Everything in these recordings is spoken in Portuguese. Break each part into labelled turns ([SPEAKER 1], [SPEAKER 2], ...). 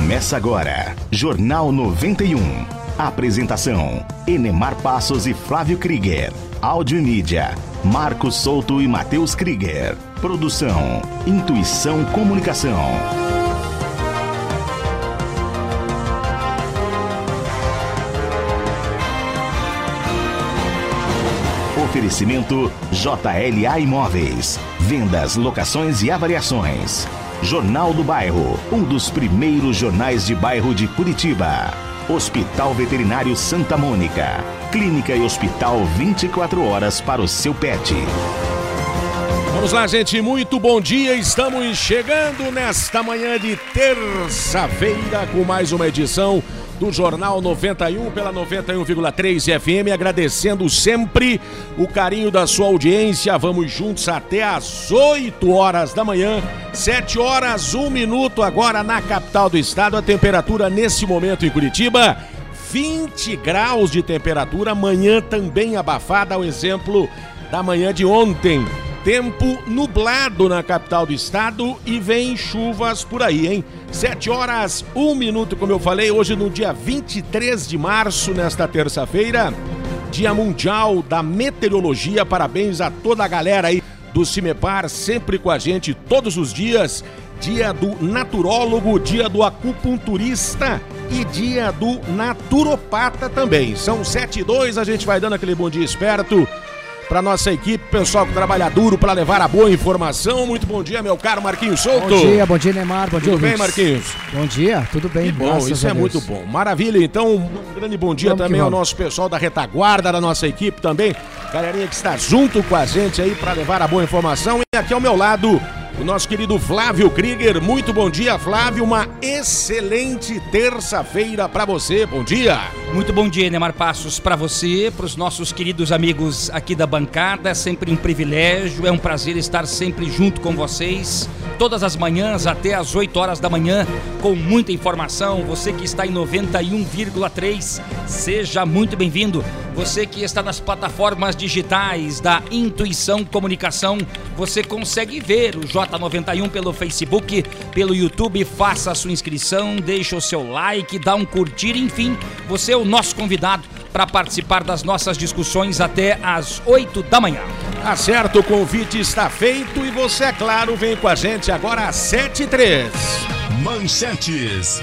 [SPEAKER 1] Começa agora, Jornal 91. Apresentação, Enemar Passos e Flávio Krieger. Áudio e mídia, Marcos Souto e Matheus Krieger. Produção, Intuição Comunicação. Oferecimento JLA Imóveis. Vendas, locações e avaliações. Jornal do Bairro, um dos primeiros jornais de bairro de Curitiba. Hospital Veterinário Santa Mônica. Clínica e hospital 24 horas para o seu pet.
[SPEAKER 2] Vamos lá, gente, muito bom dia. Estamos chegando nesta manhã de terça-feira com mais uma edição do Jornal 91 pela 91,3 FM, agradecendo sempre o carinho da sua audiência. Vamos juntos até às 8 horas da manhã, 7 horas, 1 minuto agora na capital do estado. A temperatura nesse momento em Curitiba, 20 graus de temperatura, manhã também abafada, ao exemplo da manhã de ontem. Tempo nublado na capital do estado e vem chuvas por aí, hein? 7 horas, 1 minuto, como eu falei, hoje no dia 23 de março, nesta terça-feira, Dia Mundial da Meteorologia. Parabéns a toda a galera aí do Cimepar, sempre com a gente todos os dias. Dia do naturólogo, dia do acupunturista e dia do naturopata também. São 7h02, a gente vai dando aquele bom dia esperto para nossa equipe, pessoal que trabalha duro para levar a boa informação. Muito bom dia, meu caro Marquinhos Souto.
[SPEAKER 3] Bom dia, Neymar, bom dia,
[SPEAKER 2] tudo bem, Marquinhos?
[SPEAKER 3] Bom dia, tudo bem.
[SPEAKER 2] Que bom, isso é muito bom. Maravilha, então, um grande bom dia também ao nosso pessoal da retaguarda, da nossa equipe também, galerinha que está junto com a gente aí para levar a boa informação. E aqui ao meu lado, o nosso querido Flávio Krieger. Muito bom dia, Flávio, uma excelente terça-feira para você, bom dia.
[SPEAKER 4] Muito bom dia, Enemar Passos, para você, para os nossos queridos amigos aqui da bancada. É sempre um privilégio, é um prazer estar sempre junto com vocês, todas as manhãs até às 8 horas da manhã, com muita informação. Você que está em 91,3, seja muito bem-vindo. Você que está nas plataformas digitais da Intuição Comunicação, você consegue ver o J91 pelo Facebook, pelo YouTube. Faça a sua inscrição, deixa o seu like, dá um curtir, enfim, você é o nosso convidado para participar das nossas discussões até às 8 da manhã.
[SPEAKER 2] Tá certo, o convite está feito e você, é claro, vem com a gente agora às 7h03.
[SPEAKER 1] Manchetes.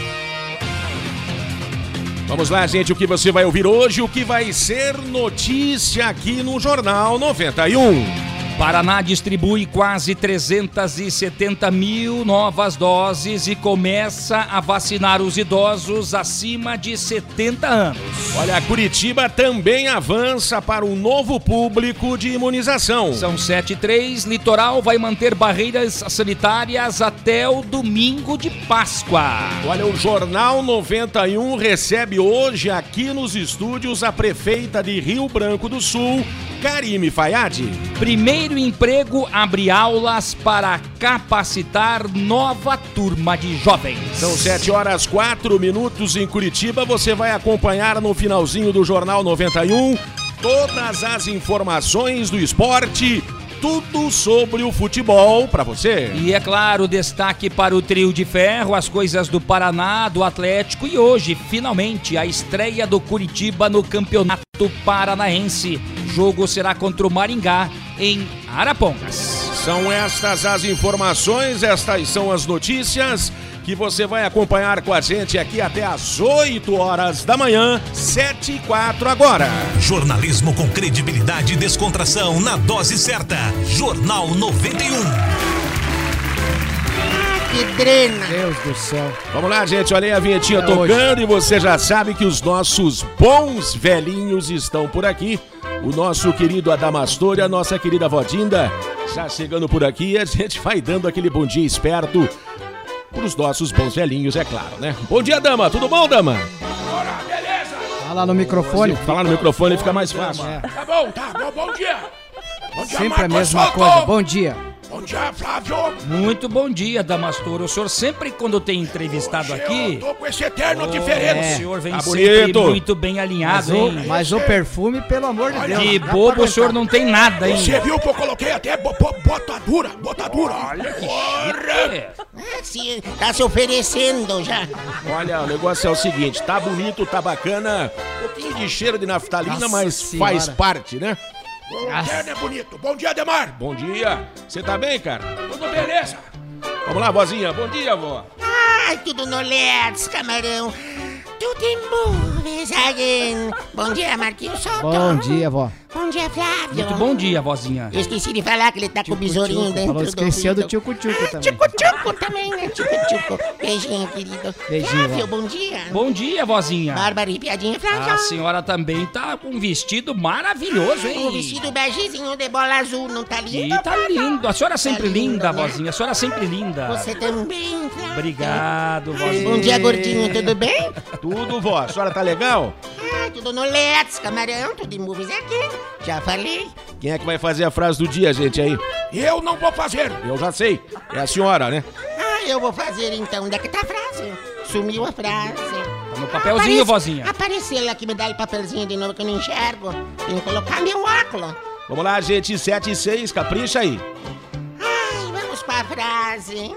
[SPEAKER 2] Vamos lá, gente, o que você vai ouvir hoje, o que vai ser notícia aqui no Jornal 91.
[SPEAKER 4] Paraná distribui quase 370 mil novas doses e começa a vacinar os idosos acima de 70 anos.
[SPEAKER 2] Olha, Curitiba também avança para um novo público de imunização.
[SPEAKER 4] São 7h03, Litoral vai manter barreiras sanitárias até o domingo de Páscoa.
[SPEAKER 2] Olha, o Jornal 91 recebe hoje aqui nos estúdios a prefeita de Rio Branco do Sul, Karime Fayad.
[SPEAKER 4] Primeiro emprego abre aulas para capacitar nova turma de jovens.
[SPEAKER 2] São 7 horas 4 minutos em Curitiba. Você vai acompanhar no finalzinho do Jornal 91 todas as informações do esporte, tudo sobre o futebol para você.
[SPEAKER 4] E é claro, destaque para o trio de ferro, as coisas do Paraná, do Atlético e hoje, finalmente, a estreia do Curitiba no Campeonato Paranaense. O jogo será contra o Maringá em Arapongas.
[SPEAKER 2] São estas as informações, estas são as notícias que você vai acompanhar com a gente aqui até às 8 horas da manhã, 7h04 agora.
[SPEAKER 1] Jornalismo com credibilidade e descontração na dose certa. Jornal 91.
[SPEAKER 3] Que drena! Deus do céu.
[SPEAKER 2] Vamos lá, gente, olha aí a vinhetinha tocando hoje. E você já sabe que os nossos bons velhinhos estão por aqui. O nosso querido Adamastor e a nossa querida Vodinda já chegando por aqui e a gente vai dando aquele bom dia esperto para os nossos bons velhinhos, é claro, né? Bom dia, dama. Tudo bom, dama?
[SPEAKER 3] Bora, beleza. Fala no microfone.
[SPEAKER 2] Falar no microfone fica mais fácil.
[SPEAKER 3] É.
[SPEAKER 5] Tá bom, bom dia. Bom dia,
[SPEAKER 3] sempre
[SPEAKER 5] Marcos
[SPEAKER 3] a mesma
[SPEAKER 5] Souto.
[SPEAKER 3] coisa. Bom dia.
[SPEAKER 5] Bom dia, Flávio.
[SPEAKER 4] Muito bom dia, Damastor. O senhor sempre, quando tem entrevistado aqui...
[SPEAKER 5] Eu tô com esse eterno diferente.
[SPEAKER 4] O senhor vem
[SPEAKER 2] Tá
[SPEAKER 4] sempre
[SPEAKER 2] bonito.
[SPEAKER 4] muito bem alinhado, hein?
[SPEAKER 3] Mas o perfume, pelo amor de Deus.
[SPEAKER 4] Que
[SPEAKER 3] dá
[SPEAKER 4] bobo,
[SPEAKER 3] pra
[SPEAKER 4] o senhor não tem nada, hein?
[SPEAKER 5] Você viu que eu coloquei até botadura.
[SPEAKER 4] Olha que chique.
[SPEAKER 6] Se tá se oferecendo já.
[SPEAKER 2] Olha, o negócio é o seguinte, tá bonito, tá bacana, um pouquinho de cheiro de naftalina,
[SPEAKER 3] Nossa
[SPEAKER 2] mas
[SPEAKER 3] senhora.
[SPEAKER 2] faz parte, né?
[SPEAKER 5] O terno é bonito. Bom dia, Ademar.
[SPEAKER 2] Bom dia, você tá bem, cara?
[SPEAKER 5] Tudo beleza?
[SPEAKER 2] Vamos lá, vozinha, bom dia, vó.
[SPEAKER 6] Ai, tudo no LEDs, camarão. Tudo em movies again. Bom dia, Marquinhos Soto.
[SPEAKER 3] Bom dia, vó.
[SPEAKER 6] Bom dia, Flávio.
[SPEAKER 4] Muito bom dia, vozinha.
[SPEAKER 6] Eu esqueci de falar que ele tá com o besourinho dentro
[SPEAKER 3] Falou,
[SPEAKER 6] do
[SPEAKER 3] esqueceu do
[SPEAKER 6] ouvido.
[SPEAKER 3] tchucu-tchucu também.
[SPEAKER 6] Tchucu-tchucu também, né? Tchucu-tchucu. Beijinho, querido.
[SPEAKER 3] Beijinho,
[SPEAKER 6] Flávio,
[SPEAKER 3] vó.
[SPEAKER 6] bom dia.
[SPEAKER 4] Bom dia, vozinha.
[SPEAKER 6] Bárbara e piadinha, Flávio.
[SPEAKER 4] A senhora também tá com um vestido maravilhoso, hein?
[SPEAKER 6] Um vestido begezinho de bola azul, não tá lindo?
[SPEAKER 4] E tá lindo. A senhora é sempre
[SPEAKER 6] Tá lindo,
[SPEAKER 4] linda,
[SPEAKER 6] né?
[SPEAKER 4] vozinha. A senhora é sempre linda.
[SPEAKER 6] Você também, Flávio.
[SPEAKER 4] Obrigado, vozinha.
[SPEAKER 6] Bom dia, gordinho, tudo bem?
[SPEAKER 2] Tudo, vó, a senhora tá legal?
[SPEAKER 6] Ah, tudo no LEDs, camarão, tudo em movies aqui. Já falei.
[SPEAKER 2] Quem é que vai fazer a frase do dia, gente, aí?
[SPEAKER 5] Eu não vou fazer.
[SPEAKER 2] Eu já sei, é a senhora, né?
[SPEAKER 6] Ah, eu vou fazer então. Onde é que tá a frase? Sumiu a frase.
[SPEAKER 4] Tá no papelzinho, vozinha.
[SPEAKER 6] Apareceu lá que me dá o papelzinho de novo que eu não enxergo. Tem que colocar meu óculos.
[SPEAKER 2] Vamos lá, gente, 7 e 6, capricha aí.
[SPEAKER 6] Ai, vamos pra frase.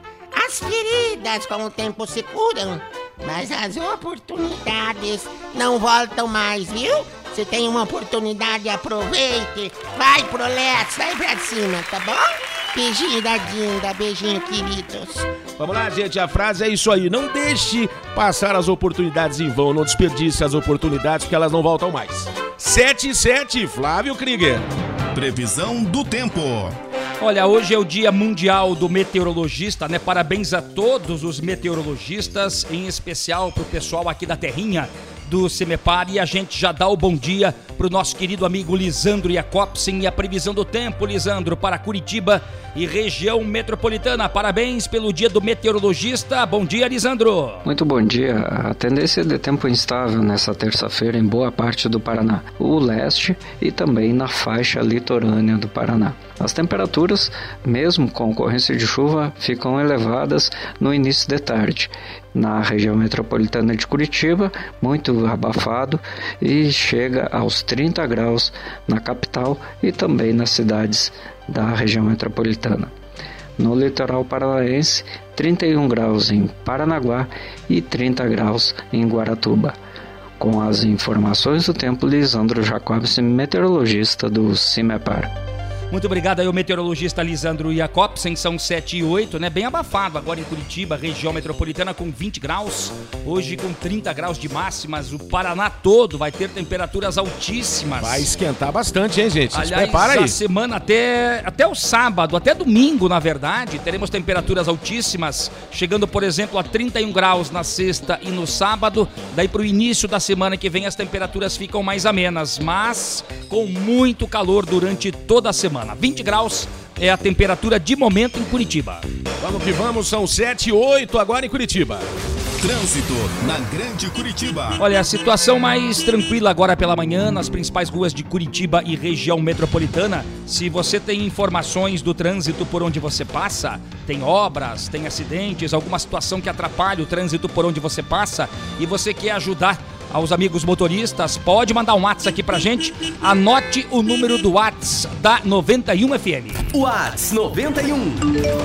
[SPEAKER 6] As feridas com o tempo se curam, mas as oportunidades não voltam mais, viu? Se tem uma oportunidade, aproveite. Vai pro Let's, vai pra cima, tá bom? Beijinho da Dinda, beijinho, queridos.
[SPEAKER 2] Vamos lá, gente, a frase é isso aí. Não deixe passar as oportunidades em vão, não desperdice as oportunidades, porque elas não voltam mais. 7 e 7, Flávio Krieger.
[SPEAKER 1] Previsão do tempo.
[SPEAKER 4] Olha, hoje é o Dia Mundial do Meteorologista, né? Parabéns a todos os meteorologistas, em especial pro pessoal aqui da terrinha do Semepar, e a gente já dá o bom dia pro nosso querido amigo Lisandro Jacobsen e a previsão do tempo, Lisandro, para Curitiba e região metropolitana. Parabéns pelo Dia do Meteorologista. Bom dia, Lisandro.
[SPEAKER 7] Muito bom dia. A tendência de tempo instável nessa terça-feira em boa parte do Paraná, o leste e também na faixa litorânea do Paraná. As temperaturas, mesmo com ocorrência de chuva, ficam elevadas no início de tarde. Na região metropolitana de Curitiba, muito abafado e chega aos 30 graus na capital e também nas cidades da região metropolitana. No litoral paranaense, 31 graus em Paranaguá e 30 graus em Guaratuba. Com as informações do tempo, Lisandro Jacobsen, meteorologista do Semepar.
[SPEAKER 4] Muito obrigado aí, o meteorologista Lisandro Jacobsen. São 7 e 8, né? Bem abafado agora em Curitiba, região metropolitana com 20 graus. Hoje com 30 graus de máximas. O Paraná todo vai ter temperaturas altíssimas.
[SPEAKER 2] Vai esquentar bastante, hein, gente? Se
[SPEAKER 4] Aliás,
[SPEAKER 2] prepara aí.
[SPEAKER 4] a semana até o sábado, até domingo, na verdade, teremos temperaturas altíssimas, chegando, por exemplo, a 31 graus na sexta e no sábado. Daí pro início da semana que vem as temperaturas ficam mais amenas, mas com muito calor durante toda a semana. 20 graus é a temperatura de momento em Curitiba.
[SPEAKER 2] Vamos que vamos, são 7 e 8 agora em Curitiba.
[SPEAKER 1] Trânsito na Grande Curitiba.
[SPEAKER 4] Olha, a situação mais tranquila agora pela manhã nas principais ruas de Curitiba e região metropolitana. Se você tem informações do trânsito por onde você passa, tem obras, tem acidentes, alguma situação que atrapalha o trânsito por onde você passa e você quer ajudar aos amigos motoristas, pode mandar um WhatsApp aqui pra gente. Anote o número do WhatsApp da 91 FM.
[SPEAKER 8] WhatsApp 91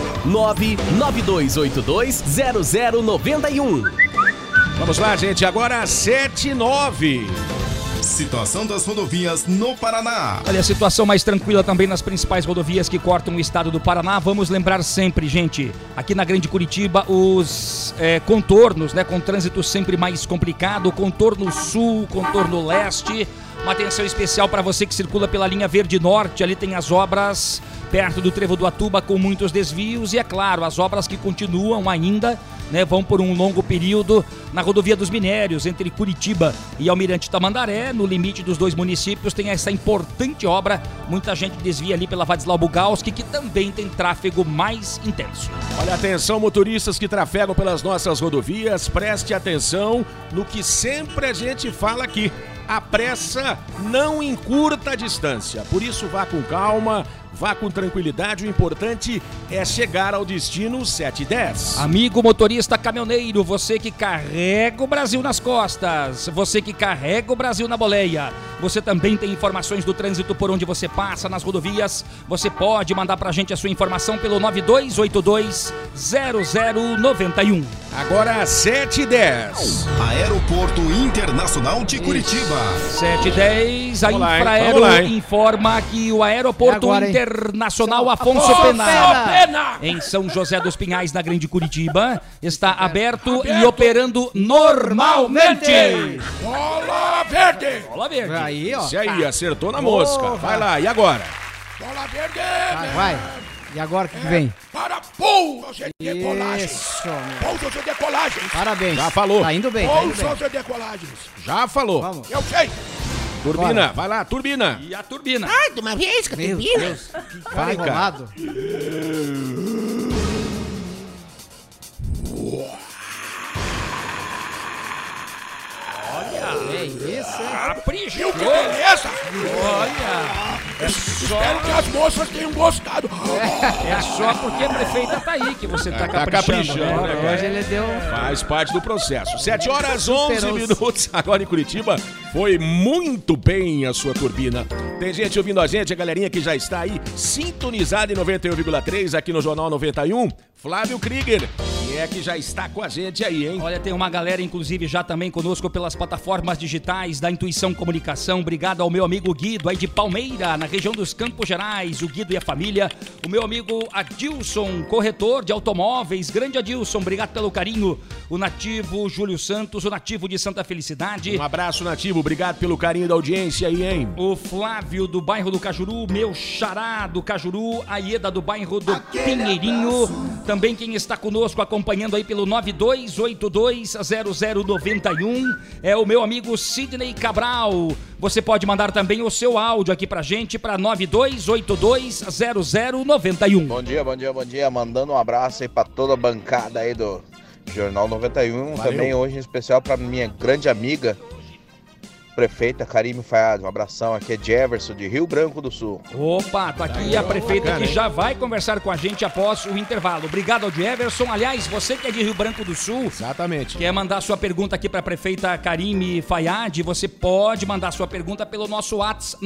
[SPEAKER 8] 992820091.
[SPEAKER 2] Vamos lá, gente, agora 7 e 9.
[SPEAKER 1] Situação das rodovias no Paraná.
[SPEAKER 4] Olha, a situação mais tranquila também nas principais rodovias que cortam o estado do Paraná. Vamos lembrar sempre, gente, aqui na Grande Curitiba, os contornos, né, com trânsito sempre mais complicado, contorno sul, contorno leste. Uma atenção especial para você que circula pela linha Verde Norte, ali tem as obras perto do Trevo do Atuba com muitos desvios e, é claro, as obras que continuam ainda, né, vão por um longo período na rodovia dos Minérios, entre Curitiba e Almirante Tamandaré, no limite dos dois municípios, tem essa importante obra. Muita gente desvia ali pela Vadislau Bugalski, que também tem tráfego mais intenso.
[SPEAKER 2] Olha, atenção, motoristas que trafegam pelas nossas rodovias, preste atenção no que sempre a gente fala aqui. A pressa não encurta a distância, por isso vá com calma, vá com tranquilidade, o importante é chegar ao destino 710.
[SPEAKER 4] Amigo motorista caminhoneiro, você que carrega o Brasil nas costas, você que carrega o Brasil na boleia, você também tem informações do trânsito por onde você passa nas rodovias, você pode mandar pra gente a sua informação pelo 9282-0091.
[SPEAKER 2] Agora 710.
[SPEAKER 9] Aeroporto Internacional de Curitiba.
[SPEAKER 4] 710, a
[SPEAKER 2] Vamos lá, hein?
[SPEAKER 4] Infraero
[SPEAKER 2] Vamos lá, hein?
[SPEAKER 4] informa que o Aeroporto
[SPEAKER 3] É agora, hein?
[SPEAKER 4] Internacional Afonso Pena, em São José dos Pinhais, na Grande Curitiba, está aberto e operando normalmente.
[SPEAKER 5] Bola verde.
[SPEAKER 4] Bola verde.
[SPEAKER 3] Aí, ó.
[SPEAKER 2] Esse aí, acertou na mosca. Vai lá, e agora?
[SPEAKER 5] Bola verde.
[SPEAKER 3] Vai. E agora o que vem?
[SPEAKER 5] Para pouso de decolagens.
[SPEAKER 3] Isso, meu.
[SPEAKER 5] Pouso de decolagens.
[SPEAKER 3] Parabéns.
[SPEAKER 2] Já falou.
[SPEAKER 3] Tá indo bem, tá indo bem.
[SPEAKER 5] Pouso de decolagens.
[SPEAKER 2] Já falou.
[SPEAKER 3] Vamos.
[SPEAKER 5] Eu sei.
[SPEAKER 2] Turbina,
[SPEAKER 3] Bora.
[SPEAKER 2] vai lá, turbina.
[SPEAKER 4] E a turbina.
[SPEAKER 6] Ah, de uma vez, que
[SPEAKER 3] Meu
[SPEAKER 6] turbina.
[SPEAKER 3] Deus, que cara
[SPEAKER 2] Vai, cara.
[SPEAKER 3] enrolado. É isso, hein?
[SPEAKER 4] Caprichou.
[SPEAKER 5] Que beleza.
[SPEAKER 4] Olha,
[SPEAKER 5] Espero que as moças tenham gostado.
[SPEAKER 4] é só porque a prefeita tá aí que você tá
[SPEAKER 2] Tá
[SPEAKER 4] caprichando.
[SPEAKER 2] caprichando,
[SPEAKER 4] né?
[SPEAKER 2] né, cara?
[SPEAKER 3] Hoje ele deu...
[SPEAKER 2] Faz parte do processo. 7 horas 11
[SPEAKER 3] Superou-se.
[SPEAKER 2] minutos agora em Curitiba. Foi muito bem a sua turbina. Tem gente ouvindo a gente, a galerinha que já está aí sintonizada em 91,3 aqui no Jornal 91. Flávio Krieger, que é que já está com a gente aí, hein?
[SPEAKER 4] Olha, tem uma galera, inclusive, já também conosco pelas plataformas digitais da Intuição Comunicação. Obrigado ao meu amigo Guido, aí de Palmeira, na região dos Campos Gerais, o Guido e a família. O meu amigo Adilson, corretor de automóveis. Grande Adilson, obrigado pelo carinho. O nativo Júlio Santos, o nativo de Santa Felicidade.
[SPEAKER 2] Um abraço, Nativo. Obrigado pelo carinho da audiência aí, hein?
[SPEAKER 4] O Flávio do bairro do Cajuru, meu xará do Cajuru, a Ieda do bairro do Pinheirinho. Também quem está conosco acompanhando aí pelo 92820091 é o meu amigo Sidney Cabral. Você pode mandar também o seu áudio aqui pra gente para 92820091.
[SPEAKER 10] Bom dia. Mandando um abraço aí pra toda a bancada aí do Jornal 91.
[SPEAKER 2] Valeu.
[SPEAKER 10] Também hoje em especial pra minha grande amiga, prefeita Karime Fayad. Um abração, aqui é Jefferson, de Rio Branco do Sul.
[SPEAKER 4] Opa, tá aqui a prefeita
[SPEAKER 2] bacana,
[SPEAKER 4] que
[SPEAKER 2] hein?
[SPEAKER 4] já vai conversar com a gente após o intervalo. Obrigado ao Jefferson. Aliás, você que é de Rio Branco do Sul,
[SPEAKER 2] Exatamente.
[SPEAKER 4] quer mandar sua pergunta aqui para a prefeita Karime Fayad, você pode mandar sua pergunta pelo nosso WhatsApp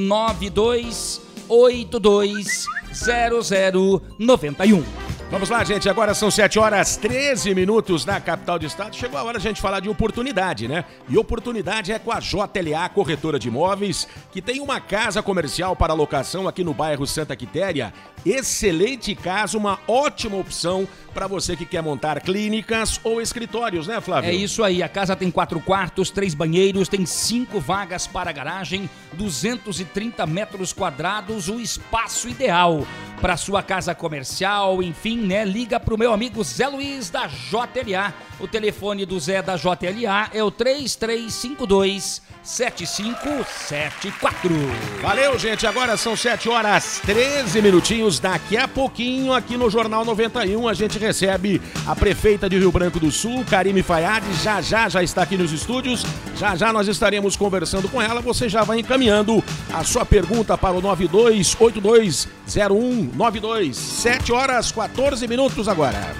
[SPEAKER 4] 92820091.
[SPEAKER 2] Vamos lá, gente. Agora são 7 horas 13 minutos na capital do estado. Chegou a hora de a gente falar de oportunidade, né? E oportunidade é com a JLA Corretora de Imóveis, que tem uma casa comercial para locação aqui no bairro Santa Quitéria. Excelente casa, uma ótima opção para você que quer montar clínicas ou escritórios, né, Flávio?
[SPEAKER 4] É isso aí, a casa tem 4 quartos, 3 banheiros, tem 5 vagas para garagem, 230 metros quadrados, o espaço ideal para sua casa comercial, enfim, né? Liga pro meu amigo Zé Luiz da JLA. O telefone do Zé da JLA é o 3352-7574.
[SPEAKER 2] Valeu, gente. Agora são 7 horas 13 minutinhos. Daqui a pouquinho, aqui no Jornal 91, a gente recebe a prefeita de Rio Branco do Sul, Karime Fayad. Já está aqui nos estúdios. Já nós estaremos conversando com ela. Você já vai encaminhando a sua pergunta para o 92820192. 7 horas 14 minutos agora.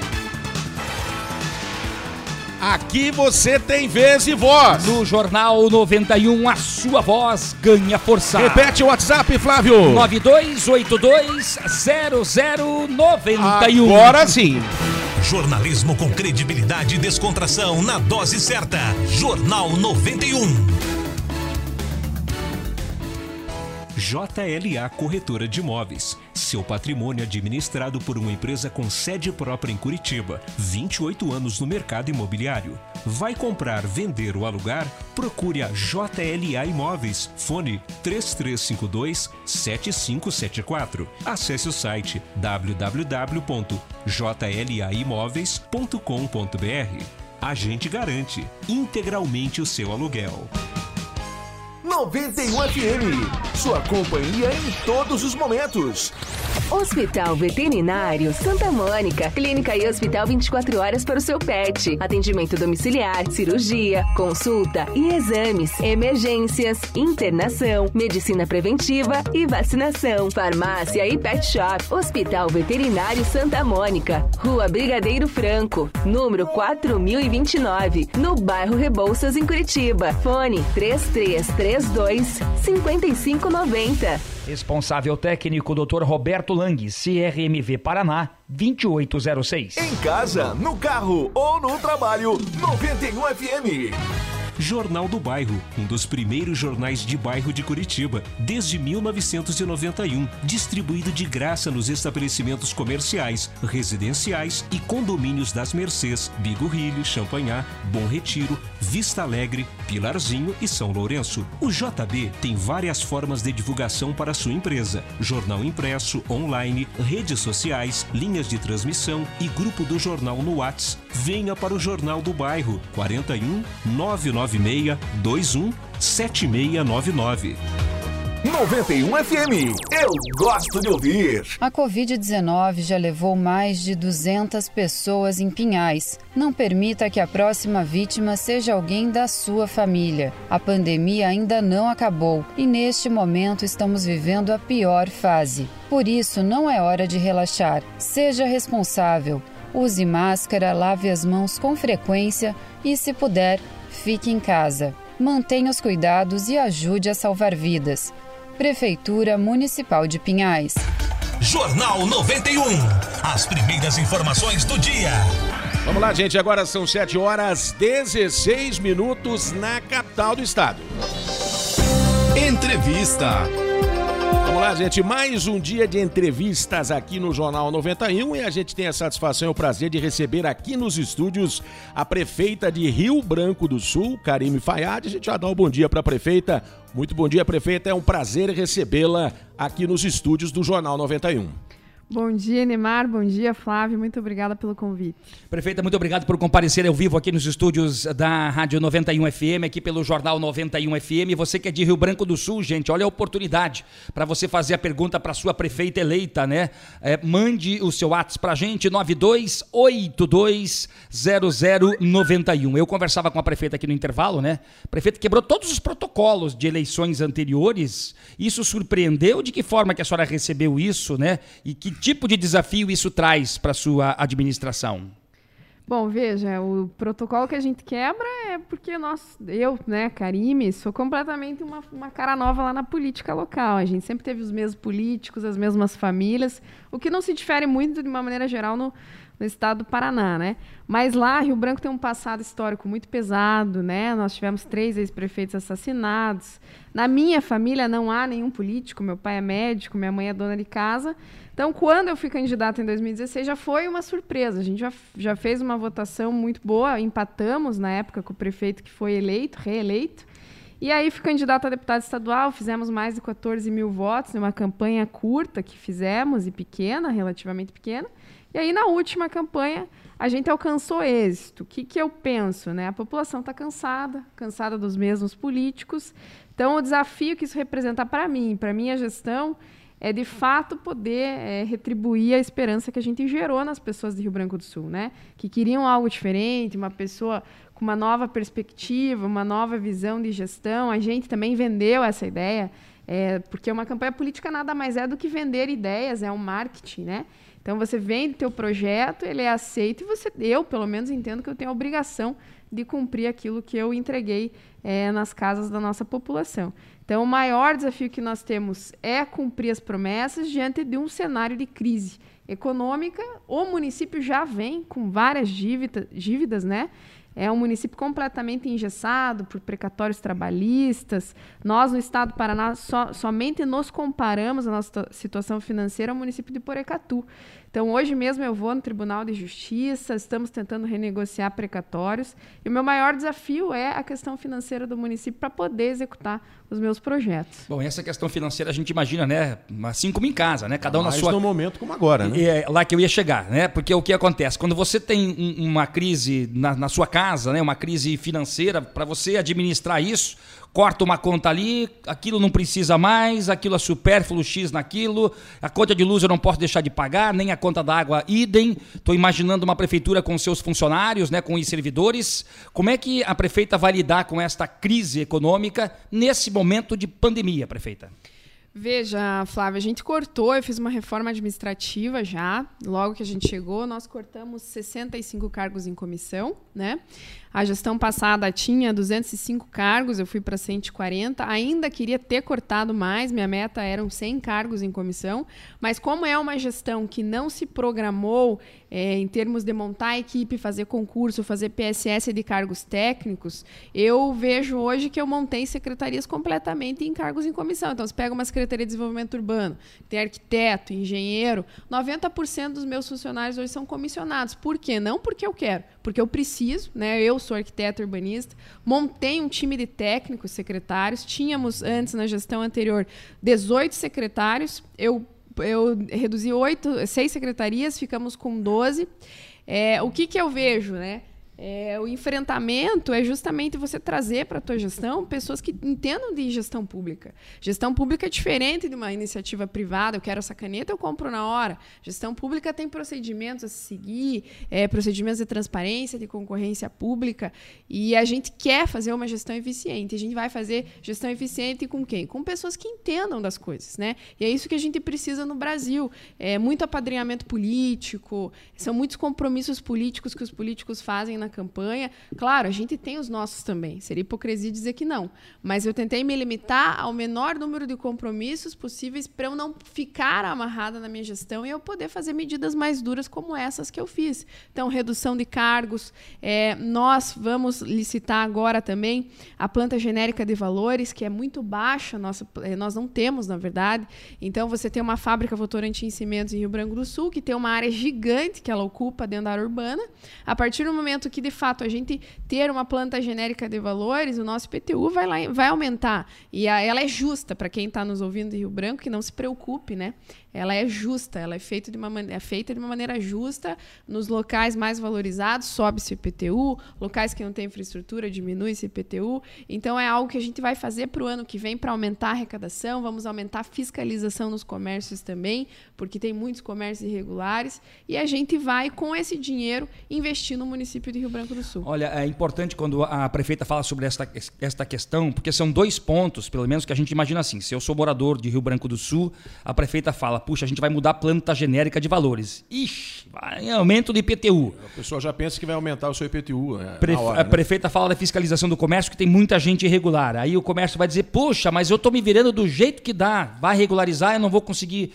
[SPEAKER 2] Aqui você tem vez e voz.
[SPEAKER 4] No Jornal 91, a sua voz ganha força.
[SPEAKER 2] Repete o WhatsApp, Flávio.
[SPEAKER 4] 92820091.
[SPEAKER 2] Agora sim.
[SPEAKER 9] Jornalismo com credibilidade e descontração na dose certa. Jornal 91. JLA Corretora de Imóveis. Seu patrimônio administrado por uma empresa com sede própria em Curitiba. 28 anos no mercado imobiliário. Vai comprar, vender ou alugar? Procure a JLA Imóveis. Fone 3352-7574. Acesse o site www.jlaimoveis.com.br. A gente garante integralmente o seu aluguel.
[SPEAKER 11] 91 FM. Sua companhia em todos os momentos.
[SPEAKER 12] Hospital Veterinário Santa Mônica. Clínica e hospital 24 horas para o seu pet. Atendimento domiciliar, cirurgia, consulta e exames, emergências, internação, medicina preventiva e vacinação. Farmácia e pet shop. Hospital Veterinário Santa Mônica. Rua Brigadeiro Franco, número 4029, no bairro Rebouças, em Curitiba. Fone 3332 5590.
[SPEAKER 4] Responsável técnico Dr. Roberto Lang, CRMV Paraná, 2806.
[SPEAKER 11] Em casa, no carro ou no trabalho, 91 FM.
[SPEAKER 9] Jornal do Bairro, um dos primeiros jornais de bairro de Curitiba, desde 1991, distribuído de graça nos estabelecimentos comerciais, residenciais e condomínios das Mercês, Bigorrilho, Champanhar, Bom Retiro, Vista Alegre, Pilarzinho e São Lourenço. O JB tem várias formas de divulgação para sua empresa: jornal impresso, online, redes sociais, linhas de transmissão e grupo do jornal no WhatsApp. Venha para o Jornal do Bairro, 41 99621 7699.
[SPEAKER 11] 91 FM, eu gosto de ouvir.
[SPEAKER 13] A Covid-19 já levou mais de 200 pessoas em Pinhais. Não permita que a próxima vítima seja alguém da sua família. A pandemia ainda não acabou e neste momento estamos vivendo a pior fase. Por isso, não é hora de relaxar. Seja responsável. Use máscara, lave as mãos com frequência e, se puder, fique em casa. Mantenha os cuidados e ajude a salvar vidas. Prefeitura Municipal de Pinhais.
[SPEAKER 14] Jornal 91. As primeiras informações do dia.
[SPEAKER 2] Vamos lá, gente. Agora são 7h16 na capital do estado.
[SPEAKER 14] Entrevista.
[SPEAKER 2] Vamos lá, gente, mais um dia de entrevistas aqui no Jornal 91 e a gente tem a satisfação e o prazer de receber aqui nos estúdios a prefeita de Rio Branco do Sul, Karime Fayad. A gente já dá um bom dia para a prefeita. Muito bom dia, prefeita. É um prazer recebê-la aqui nos estúdios do Jornal 91.
[SPEAKER 15] Bom dia, Neymar. Bom dia, Flávio. Muito obrigada pelo convite.
[SPEAKER 4] Prefeita, muito obrigado por comparecer ao vivo aqui nos estúdios da Rádio 91 FM, aqui pelo Jornal 91 FM. Você que é de Rio Branco do Sul, gente, olha a oportunidade para você fazer a pergunta para a sua prefeita eleita, né? Mande o seu WhatsApp para a gente, 92820091. Eu conversava com a prefeita aqui no intervalo, né? A prefeita quebrou todos os protocolos de eleições anteriores. Isso surpreendeu? De que forma que a senhora recebeu isso, né? E que tipo de desafio isso traz para a sua administração?
[SPEAKER 15] Bom, veja, o protocolo que a gente quebra é porque eu, Karime, sou completamente uma cara nova lá na política local. A gente sempre teve os mesmos políticos, as mesmas famílias, o que não se difere muito, de uma maneira geral, no estado do Paraná, né? Mas lá, Rio Branco tem um passado histórico muito pesado, né? Nós tivemos 3 ex-prefeitos assassinados. Na minha família não há nenhum político, meu pai é médico, minha mãe é dona de casa. Então, quando eu fui candidata em 2016, já foi uma surpresa. A gente já fez uma votação muito boa, empatamos na época com o prefeito que foi reeleito. E aí fui candidata a deputada estadual, fizemos mais de 14 mil votos numa campanha curta que fizemos e pequena, relativamente pequena. E aí, na última campanha, a gente alcançou êxito. O que eu penso, né? A população está cansada dos mesmos políticos. Então, o desafio que isso representa para minha gestão, é, de fato, poder retribuir a esperança que a gente gerou nas pessoas de Rio Branco do Sul, né? Que queriam algo diferente, uma pessoa com uma nova perspectiva, uma nova visão de gestão. A gente também vendeu essa ideia, porque uma campanha política nada mais é do que vender ideias, é um marketing, né? Então, você vende teu projeto, ele é aceito e eu, pelo menos, entendo que eu tenho a obrigação de cumprir aquilo que eu entreguei nas casas da nossa população. Então, o maior desafio que nós temos é cumprir as promessas diante de um cenário de crise econômica. O município já vem com várias dívidas, né? É um município completamente engessado por precatórios trabalhistas. Nós, no estado do Paraná, somente nos comparamos a nossa situação financeira ao município de Porecatu. Então, hoje mesmo eu vou no Tribunal de Justiça, estamos tentando renegociar precatórios. E o meu maior desafio é a questão financeira do município para poder executar os meus projetos.
[SPEAKER 4] Bom, essa questão financeira a gente imagina, né? Assim como em casa, né? Cada um na sua...
[SPEAKER 2] Mas no momento como agora, né?
[SPEAKER 4] É lá que eu ia chegar, né? Porque o que acontece? Quando você tem uma crise na sua casa, casa, né? Uma crise financeira, para você administrar isso, corta uma conta ali, aquilo não precisa mais, aquilo é supérfluo, X naquilo, a conta de luz eu não posso deixar de pagar, nem a conta da água idem. Estou imaginando uma prefeitura com seus funcionários, né, com os servidores. Como é que a prefeita vai lidar com esta crise econômica nesse momento de pandemia, prefeita?
[SPEAKER 15] Veja, Flávia, a gente cortou, eu fiz uma reforma administrativa já, logo que a gente chegou, nós cortamos 65 cargos em comissão, né? A gestão passada tinha 205 cargos, eu fui para 140, ainda queria ter cortado mais, minha meta eram 100 cargos em comissão, mas como é uma gestão que não se programou em termos de montar a equipe, fazer concurso, fazer PSS de cargos técnicos, eu vejo hoje que eu montei secretarias completamente em cargos em comissão. Então, você pega uma Secretaria de Desenvolvimento Urbano, tem arquiteto, engenheiro, 90% dos meus funcionários hoje são comissionados. Por quê? Não porque eu quero, porque eu preciso, né? Eu sou arquiteto urbanista, montei um time de técnicos secretários, tínhamos antes, na gestão anterior, 18 secretários, eu reduzi 6 secretarias, ficamos com 12. O que eu vejo, né? O enfrentamento é justamente você trazer para a tua gestão pessoas que entendam de gestão pública. Gestão pública é diferente de uma iniciativa privada. Eu quero essa caneta, eu compro na hora. Gestão pública tem procedimentos a se seguir, procedimentos de transparência, de concorrência pública, e a gente quer fazer uma gestão eficiente. A gente vai fazer gestão eficiente com quem? Com pessoas que entendam das coisas, né? E é isso que a gente precisa no Brasil. Muito apadrinhamento político, são muitos compromissos políticos que os políticos fazem na campanha. Claro, a gente tem os nossos também. Seria hipocrisia dizer que não. Mas eu tentei me limitar ao menor número de compromissos possíveis para eu não ficar amarrada na minha gestão e eu poder fazer medidas mais duras como essas que eu fiz. Então, redução de cargos. Nós vamos licitar agora também a planta genérica de valores, que é muito baixa. Nós não temos, na verdade. Então, você tem uma fábrica Votorantim Cimentos em Rio Branco do Sul, que tem uma área gigante que ela ocupa dentro da área urbana. A partir do momento que, de fato, a gente ter uma planta genérica de valores, o nosso IPTU vai aumentar. E ela é justa, para quem está nos ouvindo de Rio Branco, que não se preocupe, né? Ela é justa, ela é feita de uma maneira justa. Nos locais mais valorizados, sobe-se o IPTU, locais que não têm infraestrutura, diminui-se o IPTU. Então, é algo que a gente vai fazer para o ano que vem para aumentar a arrecadação, vamos aumentar a fiscalização nos comércios também, porque tem muitos comércios irregulares, e a gente vai, com esse dinheiro, investir no município de Rio Branco do Sul.
[SPEAKER 4] Olha, é importante quando a prefeita fala sobre esta questão, porque são 2 pontos, pelo menos, que a gente imagina assim. Se eu sou morador de Rio Branco do Sul, a prefeita fala, puxa, a gente vai mudar a planta genérica de valores. Ixi, vai aumento do IPTU.
[SPEAKER 2] A pessoa já pensa que vai aumentar o seu IPTU.
[SPEAKER 4] A prefeita fala da fiscalização do comércio, que tem muita gente irregular. Aí o comércio vai dizer, poxa, mas eu estou me virando do jeito que dá. Vai regularizar, eu não vou conseguir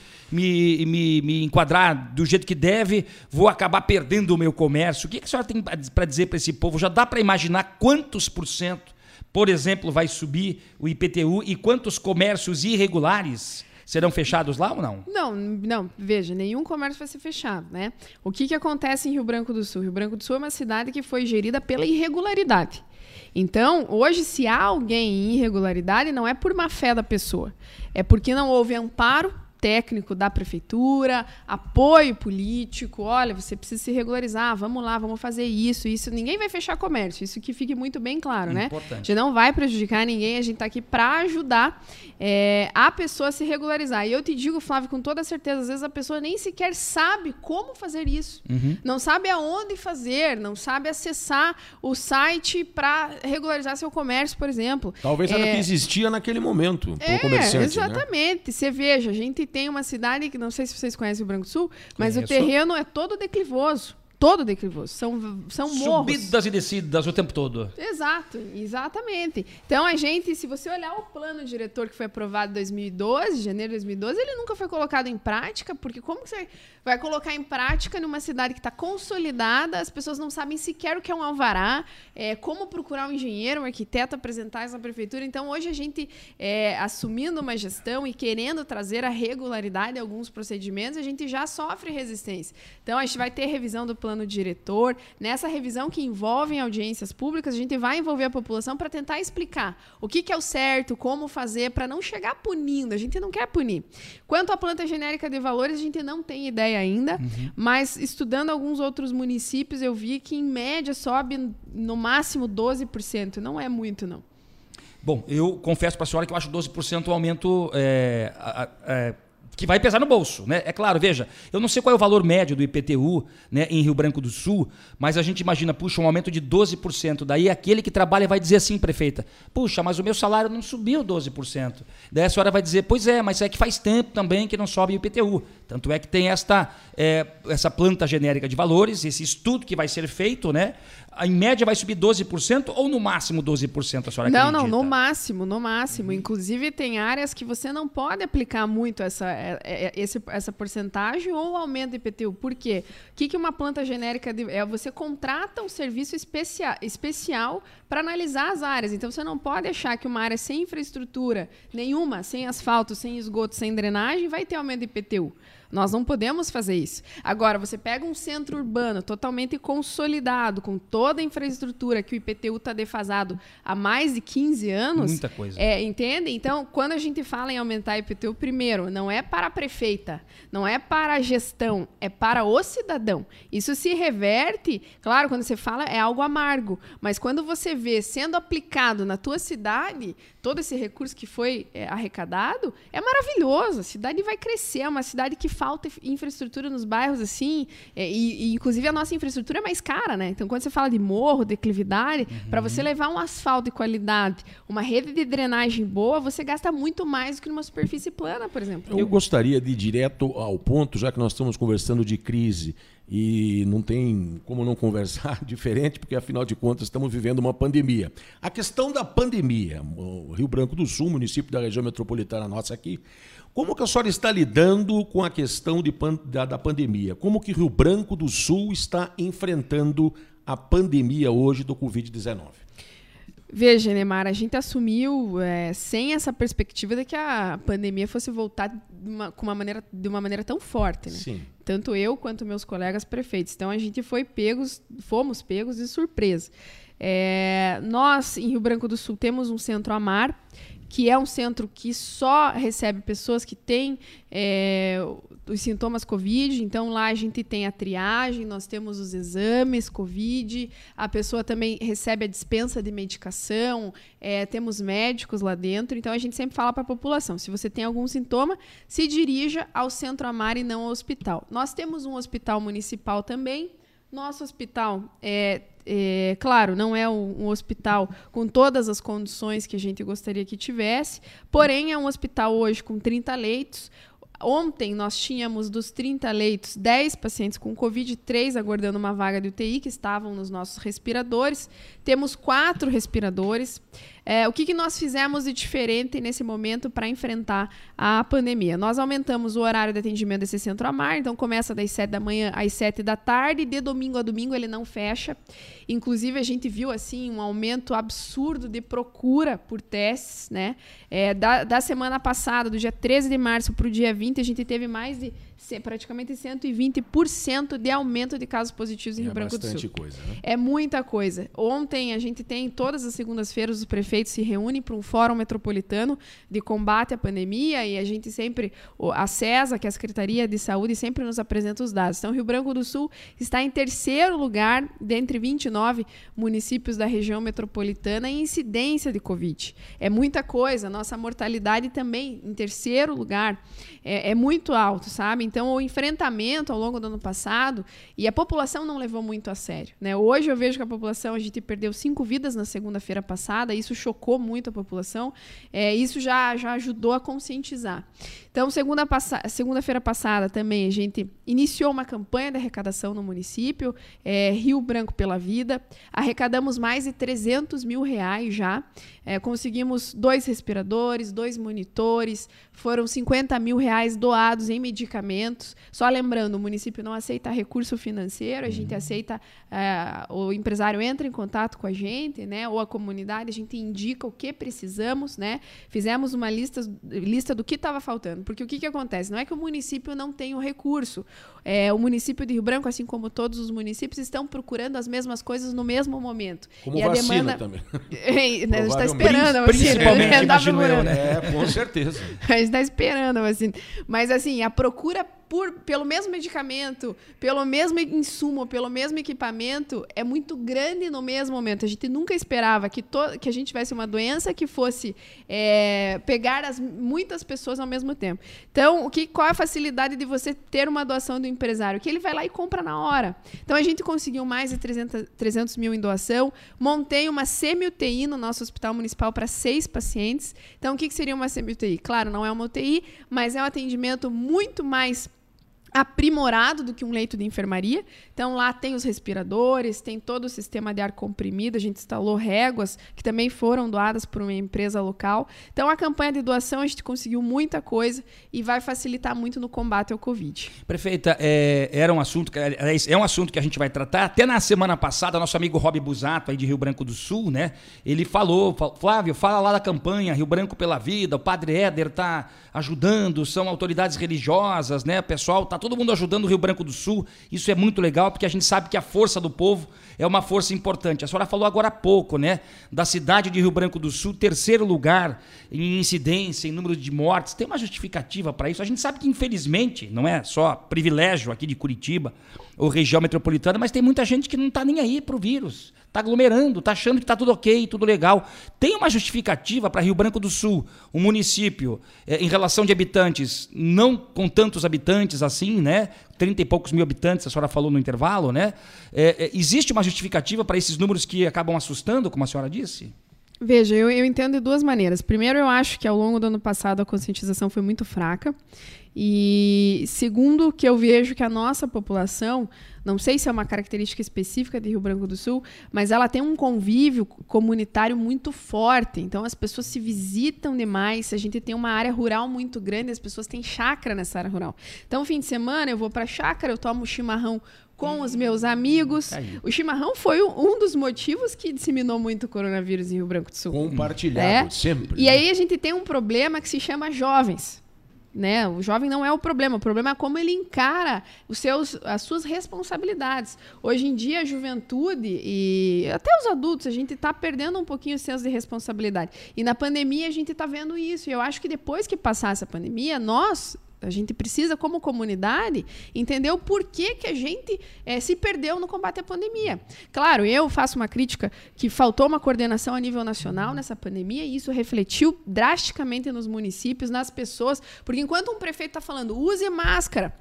[SPEAKER 4] me enquadrar do jeito que deve, vou acabar perdendo o meu comércio. O que a senhora tem para dizer para esse povo? Já dá para imaginar quantos %, por exemplo, vai subir o IPTU e quantos comércios irregulares serão fechados lá ou não?
[SPEAKER 15] Não, veja, nenhum comércio vai ser fechado, né? O que acontece em Rio Branco do Sul? Rio Branco do Sul é uma cidade que foi gerida pela irregularidade. Então, hoje, se há alguém em irregularidade, não é por má fé da pessoa, é porque não houve amparo técnico da prefeitura, apoio político, olha, você precisa se regularizar, vamos lá, vamos fazer isso, ninguém vai fechar comércio, isso que fique muito bem claro, né? A gente não vai prejudicar ninguém, a gente está aqui para ajudar a pessoa a se regularizar. E eu te digo, Flávio, com toda certeza, às vezes a pessoa nem sequer sabe como fazer isso, não sabe aonde fazer, não sabe acessar o site para regularizar seu comércio, por exemplo.
[SPEAKER 2] Talvez era que existia naquele momento, para o comerciante,
[SPEAKER 15] exatamente.
[SPEAKER 2] Né?
[SPEAKER 15] Você veja, a gente tem uma cidade que, não sei se vocês conhecem o Branco do Sul, mas o terreno é todo declivoso. Todo declivoso. São morros.
[SPEAKER 4] Subidas e descidas o tempo todo.
[SPEAKER 15] Exato, exatamente. Então, a gente, se você olhar o plano diretor que foi aprovado em 2012, janeiro de 2012, ele nunca foi colocado em prática, porque como que você vai colocar em prática numa cidade que está consolidada, as pessoas não sabem sequer o que é um alvará, como procurar um engenheiro, um arquiteto, apresentar isso na prefeitura. Então, hoje a gente, assumindo uma gestão e querendo trazer a regularidade em alguns procedimentos, a gente já sofre resistência. Então, a gente vai ter revisão do plano plano diretor, nessa revisão que envolve audiências públicas, a gente vai envolver a população para tentar explicar o que é o certo, como fazer, para não chegar punindo. A gente não quer punir. Quanto à planta genérica de valores, a gente não tem ideia ainda, mas estudando alguns outros municípios, eu vi que em média sobe no máximo 12%. Não é muito, não.
[SPEAKER 4] Bom, eu confesso para a senhora que eu acho 12% um aumento que vai pesar no bolso, né? É claro, veja, eu não sei qual é o valor médio do IPTU, né, em Rio Branco do Sul, mas a gente imagina, puxa, um aumento de 12%. Daí aquele que trabalha vai dizer assim, prefeita, puxa, mas o meu salário não subiu 12%. Daí a senhora vai dizer, pois é, mas é que faz tempo também que não sobe o IPTU. Tanto é que tem essa planta genérica de valores, esse estudo que vai ser feito, né? Em média vai subir 12% ou no máximo 12%, a senhora acredita?
[SPEAKER 15] Não, no máximo, no máximo. Inclusive tem áreas que você não pode aplicar muito essa porcentagem ou aumento do IPTU. Por quê? O que uma planta genérica... Você contrata um serviço especial para analisar as áreas. Então você não pode achar que uma área sem infraestrutura nenhuma, sem asfalto, sem esgoto, sem drenagem, vai ter aumento do IPTU. Nós não podemos fazer isso. Agora, você pega um centro urbano totalmente consolidado, com toda a infraestrutura, que o IPTU está defasado há mais de 15 anos.
[SPEAKER 4] Muita coisa.
[SPEAKER 15] Entende? Então, quando a gente fala em aumentar o IPTU, primeiro, não é para a prefeita, não é para a gestão, é para o cidadão. Isso se reverte, claro, quando você fala é algo amargo, mas quando você vê sendo aplicado na tua cidade, todo esse recurso que foi arrecadado, é maravilhoso. A cidade vai crescer, é uma cidade que falta infraestrutura nos bairros, assim, e inclusive a nossa infraestrutura é mais cara, né? Então, quando você fala de morro, declividade, para você levar um asfalto de qualidade, uma rede de drenagem boa, você gasta muito mais do que numa superfície plana, por exemplo.
[SPEAKER 2] Eu gostaria de ir direto ao ponto, já que nós estamos conversando de crise, e não tem como não conversar diferente, porque afinal de contas estamos vivendo uma pandemia. A questão da pandemia, o Rio Branco do Sul, município da região metropolitana nossa aqui, como que a senhora está lidando com a questão da pandemia? Como que Rio Branco do Sul está enfrentando a pandemia hoje do Covid-19?
[SPEAKER 15] Veja, Neymar, a gente assumiu sem essa perspectiva de que a pandemia fosse voltar de uma maneira tão forte, né?
[SPEAKER 2] Sim.
[SPEAKER 15] Tanto eu quanto meus colegas prefeitos. Então, a gente fomos pegos de surpresa. Nós, em Rio Branco do Sul, temos um centro Amar, que é um centro que só recebe pessoas que têm os sintomas Covid. Então, lá a gente tem a triagem, nós temos os exames Covid, a pessoa também recebe a dispensa de medicação, temos médicos lá dentro. Então, a gente sempre fala para a população, se você tem algum sintoma, se dirija ao Centro Amar e não ao hospital. Nós temos um hospital municipal também. Nosso hospital claro, não é um hospital com todas as condições que a gente gostaria que tivesse, porém é um hospital hoje com 30 leitos. Ontem nós tínhamos dos 30 leitos 10 pacientes com Covid, 3 aguardando uma vaga de UTI que estavam nos nossos respiradores. Temos 4 respiradores. O que nós fizemos de diferente nesse momento para enfrentar a pandemia? Nós aumentamos o horário de atendimento desse Centro Amar, então começa das 7 da manhã às 7 da tarde, de domingo a domingo ele não fecha. Inclusive a gente viu assim um aumento absurdo de procura por testes, né? Da semana passada, do dia 13 de março para o dia 20, a gente teve mais de praticamente 120% de aumento de casos positivos em Rio Branco do Sul. É bastante coisa, né? É muita coisa. Ontem a gente tem, todas as segundas-feiras, os prefeitos se reúnem para um fórum metropolitano de combate à pandemia e a gente sempre, a CESA, que é a Secretaria de Saúde, sempre nos apresenta os dados. Então, Rio Branco do Sul está em terceiro lugar dentre 29 municípios da região metropolitana em incidência de Covid. É muita coisa. Nossa mortalidade também em terceiro lugar. É muito alto, sabe? Então, o enfrentamento ao longo do ano passado, e a população não levou muito a sério, né? Hoje eu vejo que a gente perdeu 5 vidas na segunda-feira passada, isso chocou muito a população, isso já ajudou a conscientizar. Então, segunda-feira passada também a gente iniciou uma campanha de arrecadação no município, Rio Branco pela Vida, arrecadamos mais de 300 mil reais já, conseguimos 2 respiradores, 2 monitores, foram 50 mil reais doados em medicamentos. Só lembrando, o município não aceita recurso financeiro, a gente aceita, o empresário entra em contato com a gente, né, ou a comunidade, a gente indica o que precisamos, né? Fizemos uma lista do que estava faltando. Porque o que acontece? Não é que o município não tem o recurso. O município de Rio Branco, assim como todos os municípios, estão procurando as mesmas coisas no mesmo momento.
[SPEAKER 2] Como
[SPEAKER 15] e
[SPEAKER 2] vacina
[SPEAKER 15] a demanda...
[SPEAKER 2] também.
[SPEAKER 15] A gente está esperando a vacina.
[SPEAKER 4] Principalmente, imagino eu, né?
[SPEAKER 2] Com certeza.
[SPEAKER 15] A gente está esperando a vacina. Mas, assim, a procura pelo mesmo medicamento, pelo mesmo insumo, pelo mesmo equipamento, é muito grande no mesmo momento. A gente nunca esperava que a gente tivesse uma doença que fosse pegar muitas pessoas ao mesmo tempo. Então, qual é a facilidade de você ter uma doação do empresário? Que ele vai lá e compra na hora. Então, a gente conseguiu mais de 300 mil em doação. Montei uma semi-UTI no nosso hospital municipal para 6 pacientes. Então, o que seria uma semi-UTI? Claro, não é uma UTI, mas é um atendimento muito mais aprimorado do que um leito de enfermaria. Então, lá tem os respiradores, tem todo o sistema de ar comprimido, a gente instalou réguas que também foram doadas por uma empresa local. Então, a campanha de doação, a gente conseguiu muita coisa e vai facilitar muito no combate ao Covid.
[SPEAKER 4] Prefeita, é um assunto que a gente vai tratar. Até na semana passada, nosso amigo Rob Busato, aí de Rio Branco do Sul, né? Ele falou, Flávio, fala lá da campanha Rio Branco pela Vida, o Padre Éder está ajudando, são autoridades religiosas, né? O pessoal está todo mundo ajudando o Rio Branco do Sul. Isso é muito legal, porque a gente sabe que a força do povo é uma força importante. A senhora falou agora há pouco, né? Da cidade de Rio Branco do Sul, 3º lugar em incidência, em número de mortes. Tem uma justificativa para isso. A gente sabe que, infelizmente, não é só privilégio aqui de Curitiba ou região metropolitana, mas tem muita gente que não está nem aí para o vírus. Está aglomerando, está achando que está tudo ok, tudo legal. Tem uma justificativa para Rio Branco do Sul, um município, em relação de habitantes, não com tantos habitantes assim, né? 30 e poucos mil habitantes, a senhora falou no intervalo, né? Existe uma justificativa para esses números que acabam assustando, como a senhora disse?
[SPEAKER 15] Veja, eu entendo de duas maneiras. Primeiro, eu acho que ao longo do ano passado a conscientização foi muito fraca. E segundo, que eu vejo que a nossa população, não sei se é uma característica específica de Rio Branco do Sul, mas ela tem um convívio comunitário muito forte. Então, as pessoas se visitam demais. A gente tem uma área rural muito grande, as pessoas têm chácara nessa área rural. Então, fim de semana, eu vou para a chácara, eu tomo chimarrão com os meus amigos. O chimarrão foi um dos motivos que disseminou muito o coronavírus em Rio Branco do Sul.
[SPEAKER 2] Compartilhado, sempre.
[SPEAKER 15] E aí a gente tem um problema que se chama jovens. Né? O jovem não é o problema é como ele encara as suas responsabilidades. Hoje em dia, a juventude e até os adultos, a gente está perdendo um pouquinho o senso de responsabilidade. E na pandemia, a gente está vendo isso. E eu acho que depois que passar essa pandemia, a gente precisa, como comunidade, entender o porquê que a gente se perdeu no combate à pandemia. Claro, eu faço uma crítica que faltou uma coordenação a nível nacional nessa pandemia e isso refletiu drasticamente nos municípios, nas pessoas, porque enquanto um prefeito está falando, use máscara,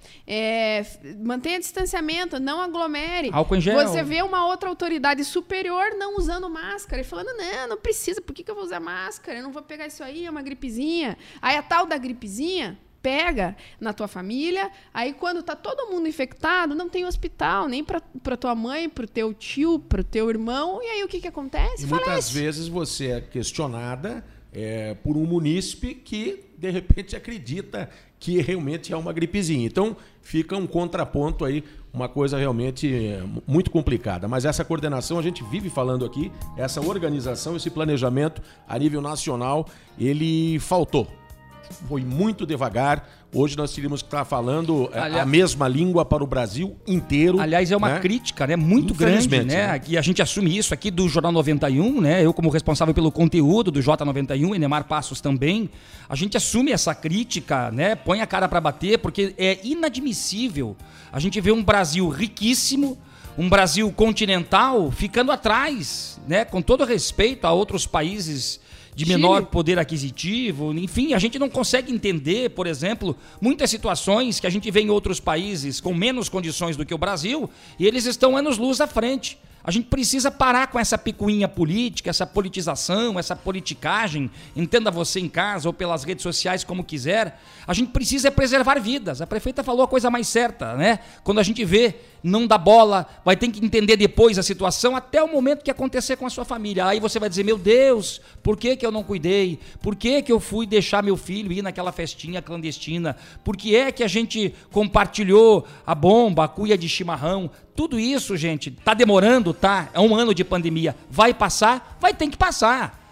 [SPEAKER 15] mantenha distanciamento, não aglomere,
[SPEAKER 4] álcool em gel.
[SPEAKER 15] Você vê uma outra autoridade superior não usando máscara e falando, não precisa, por que eu vou usar máscara? Eu não vou pegar isso aí, é uma gripezinha. Aí a tal da gripezinha pega na tua família, aí quando tá todo mundo infectado, não tem hospital, nem pra tua mãe, pro teu tio, pro teu irmão, e aí o que acontece?
[SPEAKER 2] E muitas vezes você é questionada por um munícipe que, de repente, acredita que realmente é uma gripezinha. Então, fica um contraponto aí, uma coisa realmente muito complicada. Mas essa coordenação, a gente vive falando aqui, essa organização, esse planejamento a nível nacional, ele faltou. Foi muito devagar. Hoje nós teríamos que estar falando a mesma língua para o Brasil inteiro.
[SPEAKER 4] Aliás, é uma crítica, né, muito grande, né? E a gente assume isso aqui do Jornal 91, né? Eu como responsável pelo conteúdo do J91, Enemar Passos também, a gente assume essa crítica, né? Põe a cara para bater, porque é inadmissível a gente ver um Brasil riquíssimo, um Brasil continental ficando atrás, né? Com todo respeito a outros países de menor poder aquisitivo, enfim, a gente não consegue entender, por exemplo, muitas situações que a gente vê em outros países com menos condições do que o Brasil e eles estão anos-luz à frente. A gente precisa parar com essa picuinha política, essa politização, essa politicagem, entenda você em casa ou pelas redes sociais como quiser. A gente precisa preservar vidas. A prefeita falou a coisa mais certa, né? Quando a gente vê, não dá bola, vai ter que entender depois a situação até o momento que acontecer com a sua família. Aí você vai dizer, meu Deus, por que eu não cuidei? Por que eu fui deixar meu filho ir naquela festinha clandestina? Por que é que a gente compartilhou a bomba, a cuia de chimarrão? Tudo isso, gente, tá demorando, tá? É um ano de pandemia. Vai passar? Vai ter que passar.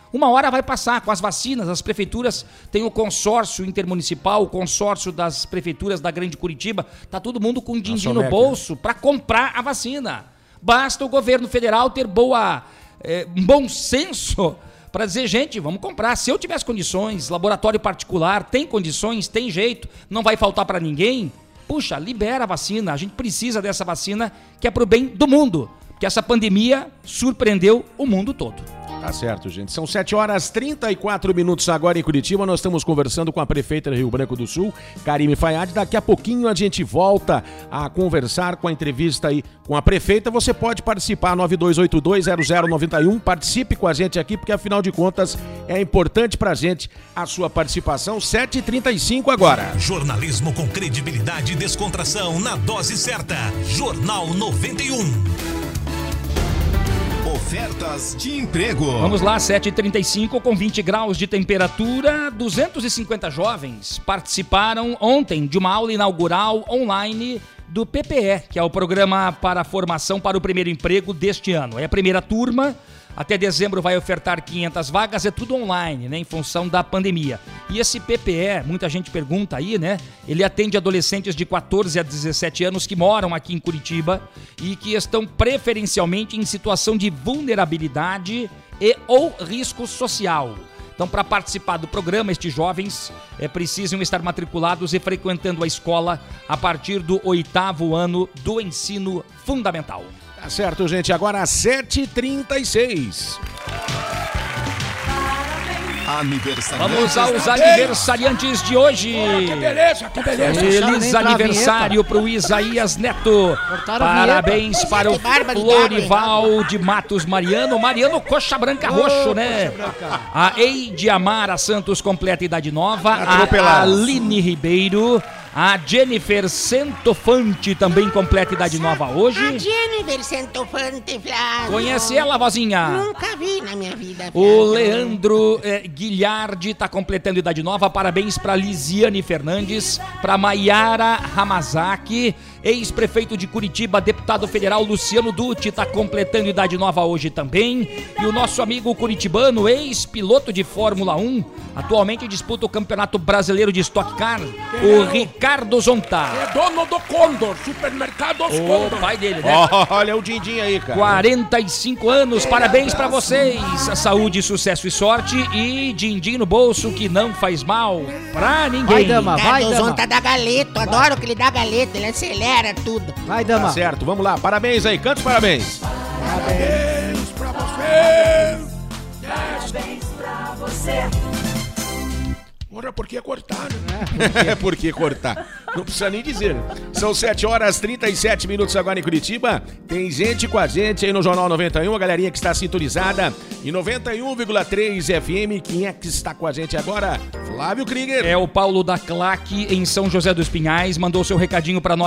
[SPEAKER 4] Uma hora vai passar com as vacinas, as prefeituras têm o consórcio intermunicipal, o consórcio das prefeituras da Grande Curitiba, tá todo mundo com din-din no bolso para comprar a vacina. Basta o governo federal ter bom senso para dizer, gente, vamos comprar. Se eu tivesse condições, laboratório particular, tem condições, tem jeito, não vai faltar para ninguém, puxa, libera a vacina, a gente precisa dessa vacina que é pro bem do mundo, porque essa pandemia surpreendeu o mundo todo.
[SPEAKER 2] Tá certo, gente. São 7h34 agora em Curitiba. Nós estamos conversando com a prefeita de Rio Branco do Sul, Karime Fayad. Daqui a pouquinho a gente volta a conversar com a entrevista aí com a prefeita. Você pode participar, 92820091. Participe com a gente aqui, porque afinal de contas é importante pra gente a sua participação. 7h35 agora.
[SPEAKER 14] Jornalismo com credibilidade e descontração na dose certa. Jornal 91. Ofertas de emprego.
[SPEAKER 4] Vamos lá, 7h35 com 20 graus de temperatura. 250 jovens participaram ontem de uma aula inaugural online do PPE, que é o Programa para a Formação para o Primeiro Emprego deste ano. É a primeira turma. Até dezembro vai ofertar 500 vagas, é tudo online, né, em função da pandemia. E esse PPE, muita gente pergunta aí, né, ele atende adolescentes de 14 a 17 anos que moram aqui em Curitiba e que estão preferencialmente em situação de vulnerabilidade e ou risco social. Então, para participar do programa, estes jovens precisam estar matriculados e frequentando a escola a partir do 8º ano do ensino fundamental.
[SPEAKER 2] Tá certo, gente. Agora 7h36.
[SPEAKER 14] Vamos
[SPEAKER 4] aos aniversariantes de hoje.
[SPEAKER 5] Que beleza, que beleza.
[SPEAKER 4] Feliz aniversário para o Isaías Neto. Parabéns para o Florival de Matos Mariano. Mariano Coxa Branca Roxo, né? A Eide Amara Santos completa idade nova. A Aline Ribeiro. A Jennifer Centofante também completa idade nova hoje.
[SPEAKER 6] A Jennifer Centofante, Flávio.
[SPEAKER 4] Conhece ela, vozinha?
[SPEAKER 6] Nunca vi na minha vida, Flávio.
[SPEAKER 4] O Leandro Guilhardi está completando idade nova. Parabéns para Lisiane Fernandes, para Maiara Ramazaki. Ex-prefeito de Curitiba, deputado federal Luciano Dutti está completando idade nova hoje também. E o nosso amigo curitibano, ex-piloto de Fórmula 1, atualmente disputa o Campeonato Brasileiro de Stock Car, o Ricardo Zonta.
[SPEAKER 5] É dono do Condor, supermercado Condor.
[SPEAKER 4] O pai dele, né?
[SPEAKER 2] Olha o din-din aí, cara.
[SPEAKER 4] 45 anos, parabéns pra vocês. Saúde, sucesso e sorte. E din-din no bolso que não faz mal pra ninguém.
[SPEAKER 3] Vai, dama, vai,
[SPEAKER 6] Ricardo
[SPEAKER 3] dama.
[SPEAKER 6] Zonta dá galeto, adoro que ele dá galeta, ele acelera tudo.
[SPEAKER 3] Vai, dama.
[SPEAKER 2] Tá certo, vamos lá. Parabéns aí, canta os parabéns.
[SPEAKER 5] Parabéns pra você.
[SPEAKER 16] Parabéns pra você.
[SPEAKER 5] Ora, por que cortar, né?
[SPEAKER 2] Por que cortar? Não precisa nem dizer. São 7h37 agora em Curitiba. Tem gente com a gente aí no Jornal 91, a galerinha que está sintonizada em 91,3 FM. Quem é que está com a gente agora? Flávio Krieger.
[SPEAKER 4] É o Paulo da Claque, em São José dos Pinhais. Mandou seu recadinho para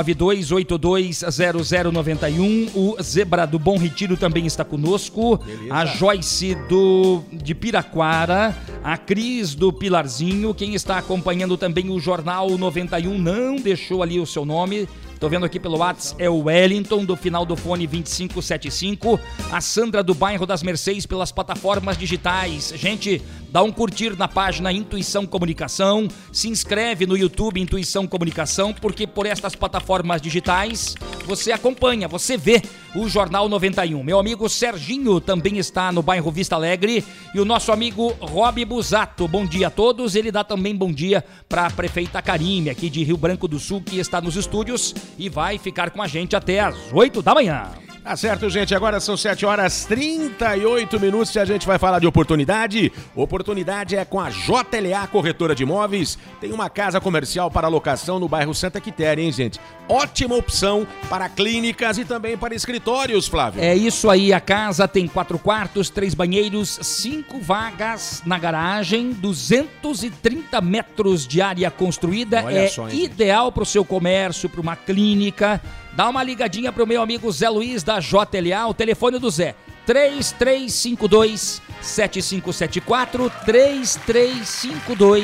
[SPEAKER 4] 92820091. O Zebra do Bom Retiro também está conosco. Beleza. A Joyce de Piraquara. A Cris do Pilarzinho. Quem está acompanhando também o Jornal 91 não deixou ali o seu nome. Tô vendo aqui pelo WhatsApp, é o Wellington, do final do fone 2575. A Sandra do bairro das Mercês, pelas plataformas digitais. Gente, dá um curtir na página Intuição Comunicação. Se inscreve no YouTube Intuição Comunicação, porque por estas plataformas digitais você acompanha, você vê o Jornal 91. Meu amigo Serginho também está no bairro Vista Alegre. E o nosso amigo Rob Busato. Bom dia a todos. Ele dá também bom dia para a prefeita Karime, aqui de Rio Branco do Sul, que está nos estúdios e vai ficar com a gente até às 8 da manhã.
[SPEAKER 2] Tá certo, gente. Agora são 7h38 e a gente vai falar de oportunidade. Oportunidade é com a JLA Corretora de Imóveis. Tem uma casa comercial para locação no bairro Santa Quitéria, hein, gente? Ótima opção para clínicas e também para escritórios, Flávio.
[SPEAKER 4] É isso aí, a casa tem 4 quartos, 3 banheiros, 5 vagas na garagem, 230 metros de área construída. Olha só, hein, ideal para o seu comércio, para uma clínica. Dá uma ligadinha pro meu amigo Zé Luiz da JLA, o telefone do Zé, 3352-7574,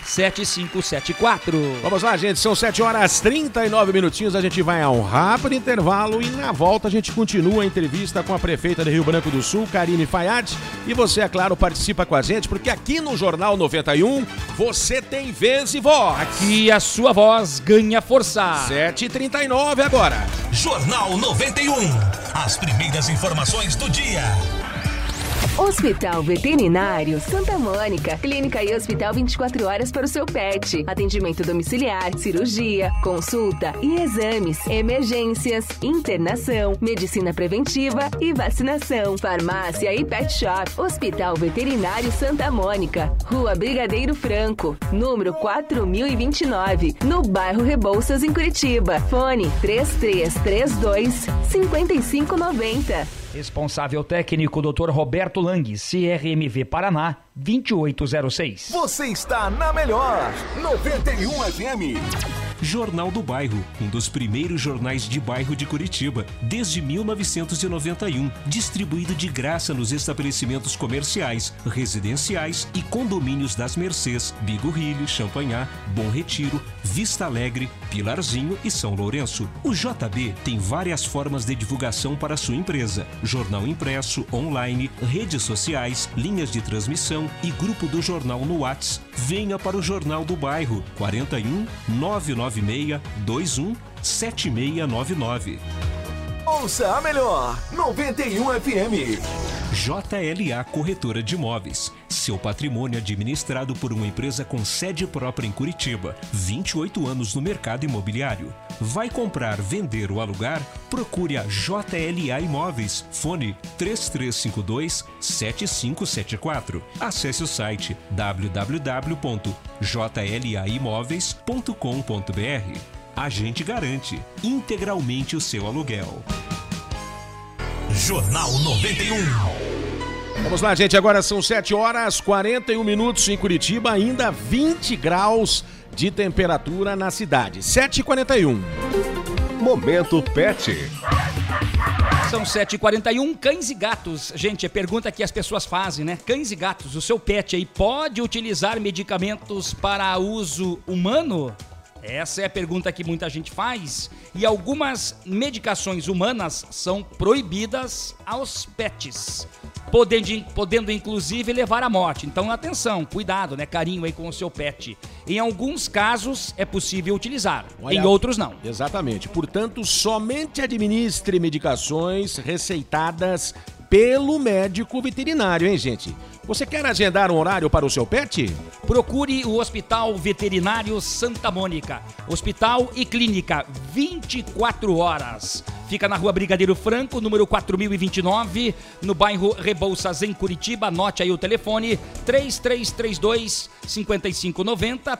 [SPEAKER 4] 7574.
[SPEAKER 2] Vamos lá, gente, são 7 horas 39 minutinhos, a gente vai a um rápido intervalo e na volta a gente continua a entrevista com a prefeita de Rio Branco do Sul, Karine Fayad, e você, é claro, participa com a gente, porque aqui no Jornal 91 você tem vez e voz.
[SPEAKER 4] Aqui a sua voz ganha força.
[SPEAKER 2] 7h39 agora.
[SPEAKER 14] Jornal 91. As primeiras informações do dia.
[SPEAKER 12] Hospital Veterinário Santa Mônica. Clínica e hospital 24 horas para o seu pet. Atendimento domiciliar, cirurgia, consulta e exames, emergências, internação, medicina preventiva e vacinação. Farmácia e pet shop. Hospital Veterinário Santa Mônica. Rua Brigadeiro Franco, número 4029, no bairro Rebouças, em Curitiba. Fone 3332-5590.
[SPEAKER 4] Responsável técnico Dr. Roberto Lang, CRMV Paraná, 2806.
[SPEAKER 11] Você está na melhor 91 FM.
[SPEAKER 9] Jornal do Bairro, um dos primeiros jornais de bairro de Curitiba, desde 1991, distribuído de graça nos estabelecimentos comerciais, residenciais e condomínios das Mercês, Bigorrilho, Champanhar, Bom Retiro, Vista Alegre, Pilarzinho e São Lourenço. O JB tem várias formas de divulgação para sua empresa: jornal impresso, online, redes sociais, linhas de transmissão e grupo do jornal no WhatsApp. Venha para o Jornal do Bairro, 41 996 21 7699.
[SPEAKER 11] Ouça a melhor 91 FM.
[SPEAKER 9] JLA Corretora de Imóveis. Seu patrimônio administrado por uma empresa com sede própria em Curitiba. 28 anos no mercado imobiliário. Vai comprar, vender ou alugar? Procure a JLA Imóveis. Fone 3352-7574. Acesse o site www.jlaimoveis.com.br. A gente garante integralmente o seu aluguel.
[SPEAKER 14] Jornal 91.
[SPEAKER 2] Vamos lá, gente, agora são 7 horas 41 minutos em Curitiba, ainda 20 graus de temperatura na cidade. 7h41.
[SPEAKER 1] Momento Pet.
[SPEAKER 4] São 7h41, cães e gatos. Gente, é pergunta que as pessoas fazem, né? Cães e gatos, o seu pet aí pode utilizar medicamentos para uso humano? Essa é a pergunta que muita gente faz, e algumas medicações humanas são proibidas aos pets, podendo inclusive levar à morte. Então atenção, cuidado, né? Carinho aí com o seu pet. Em alguns casos é possível utilizar, em outros não.
[SPEAKER 2] Exatamente, portanto somente administre medicações receitadas pelo médico veterinário, hein, gente? Você quer agendar um horário para o seu pet?
[SPEAKER 4] Procure o Hospital Veterinário Santa Mônica. Hospital e clínica, 24 horas. Fica na Rua Brigadeiro Franco, número 4029, no bairro Rebouças, em Curitiba. Anote aí o telefone, 3332-5590,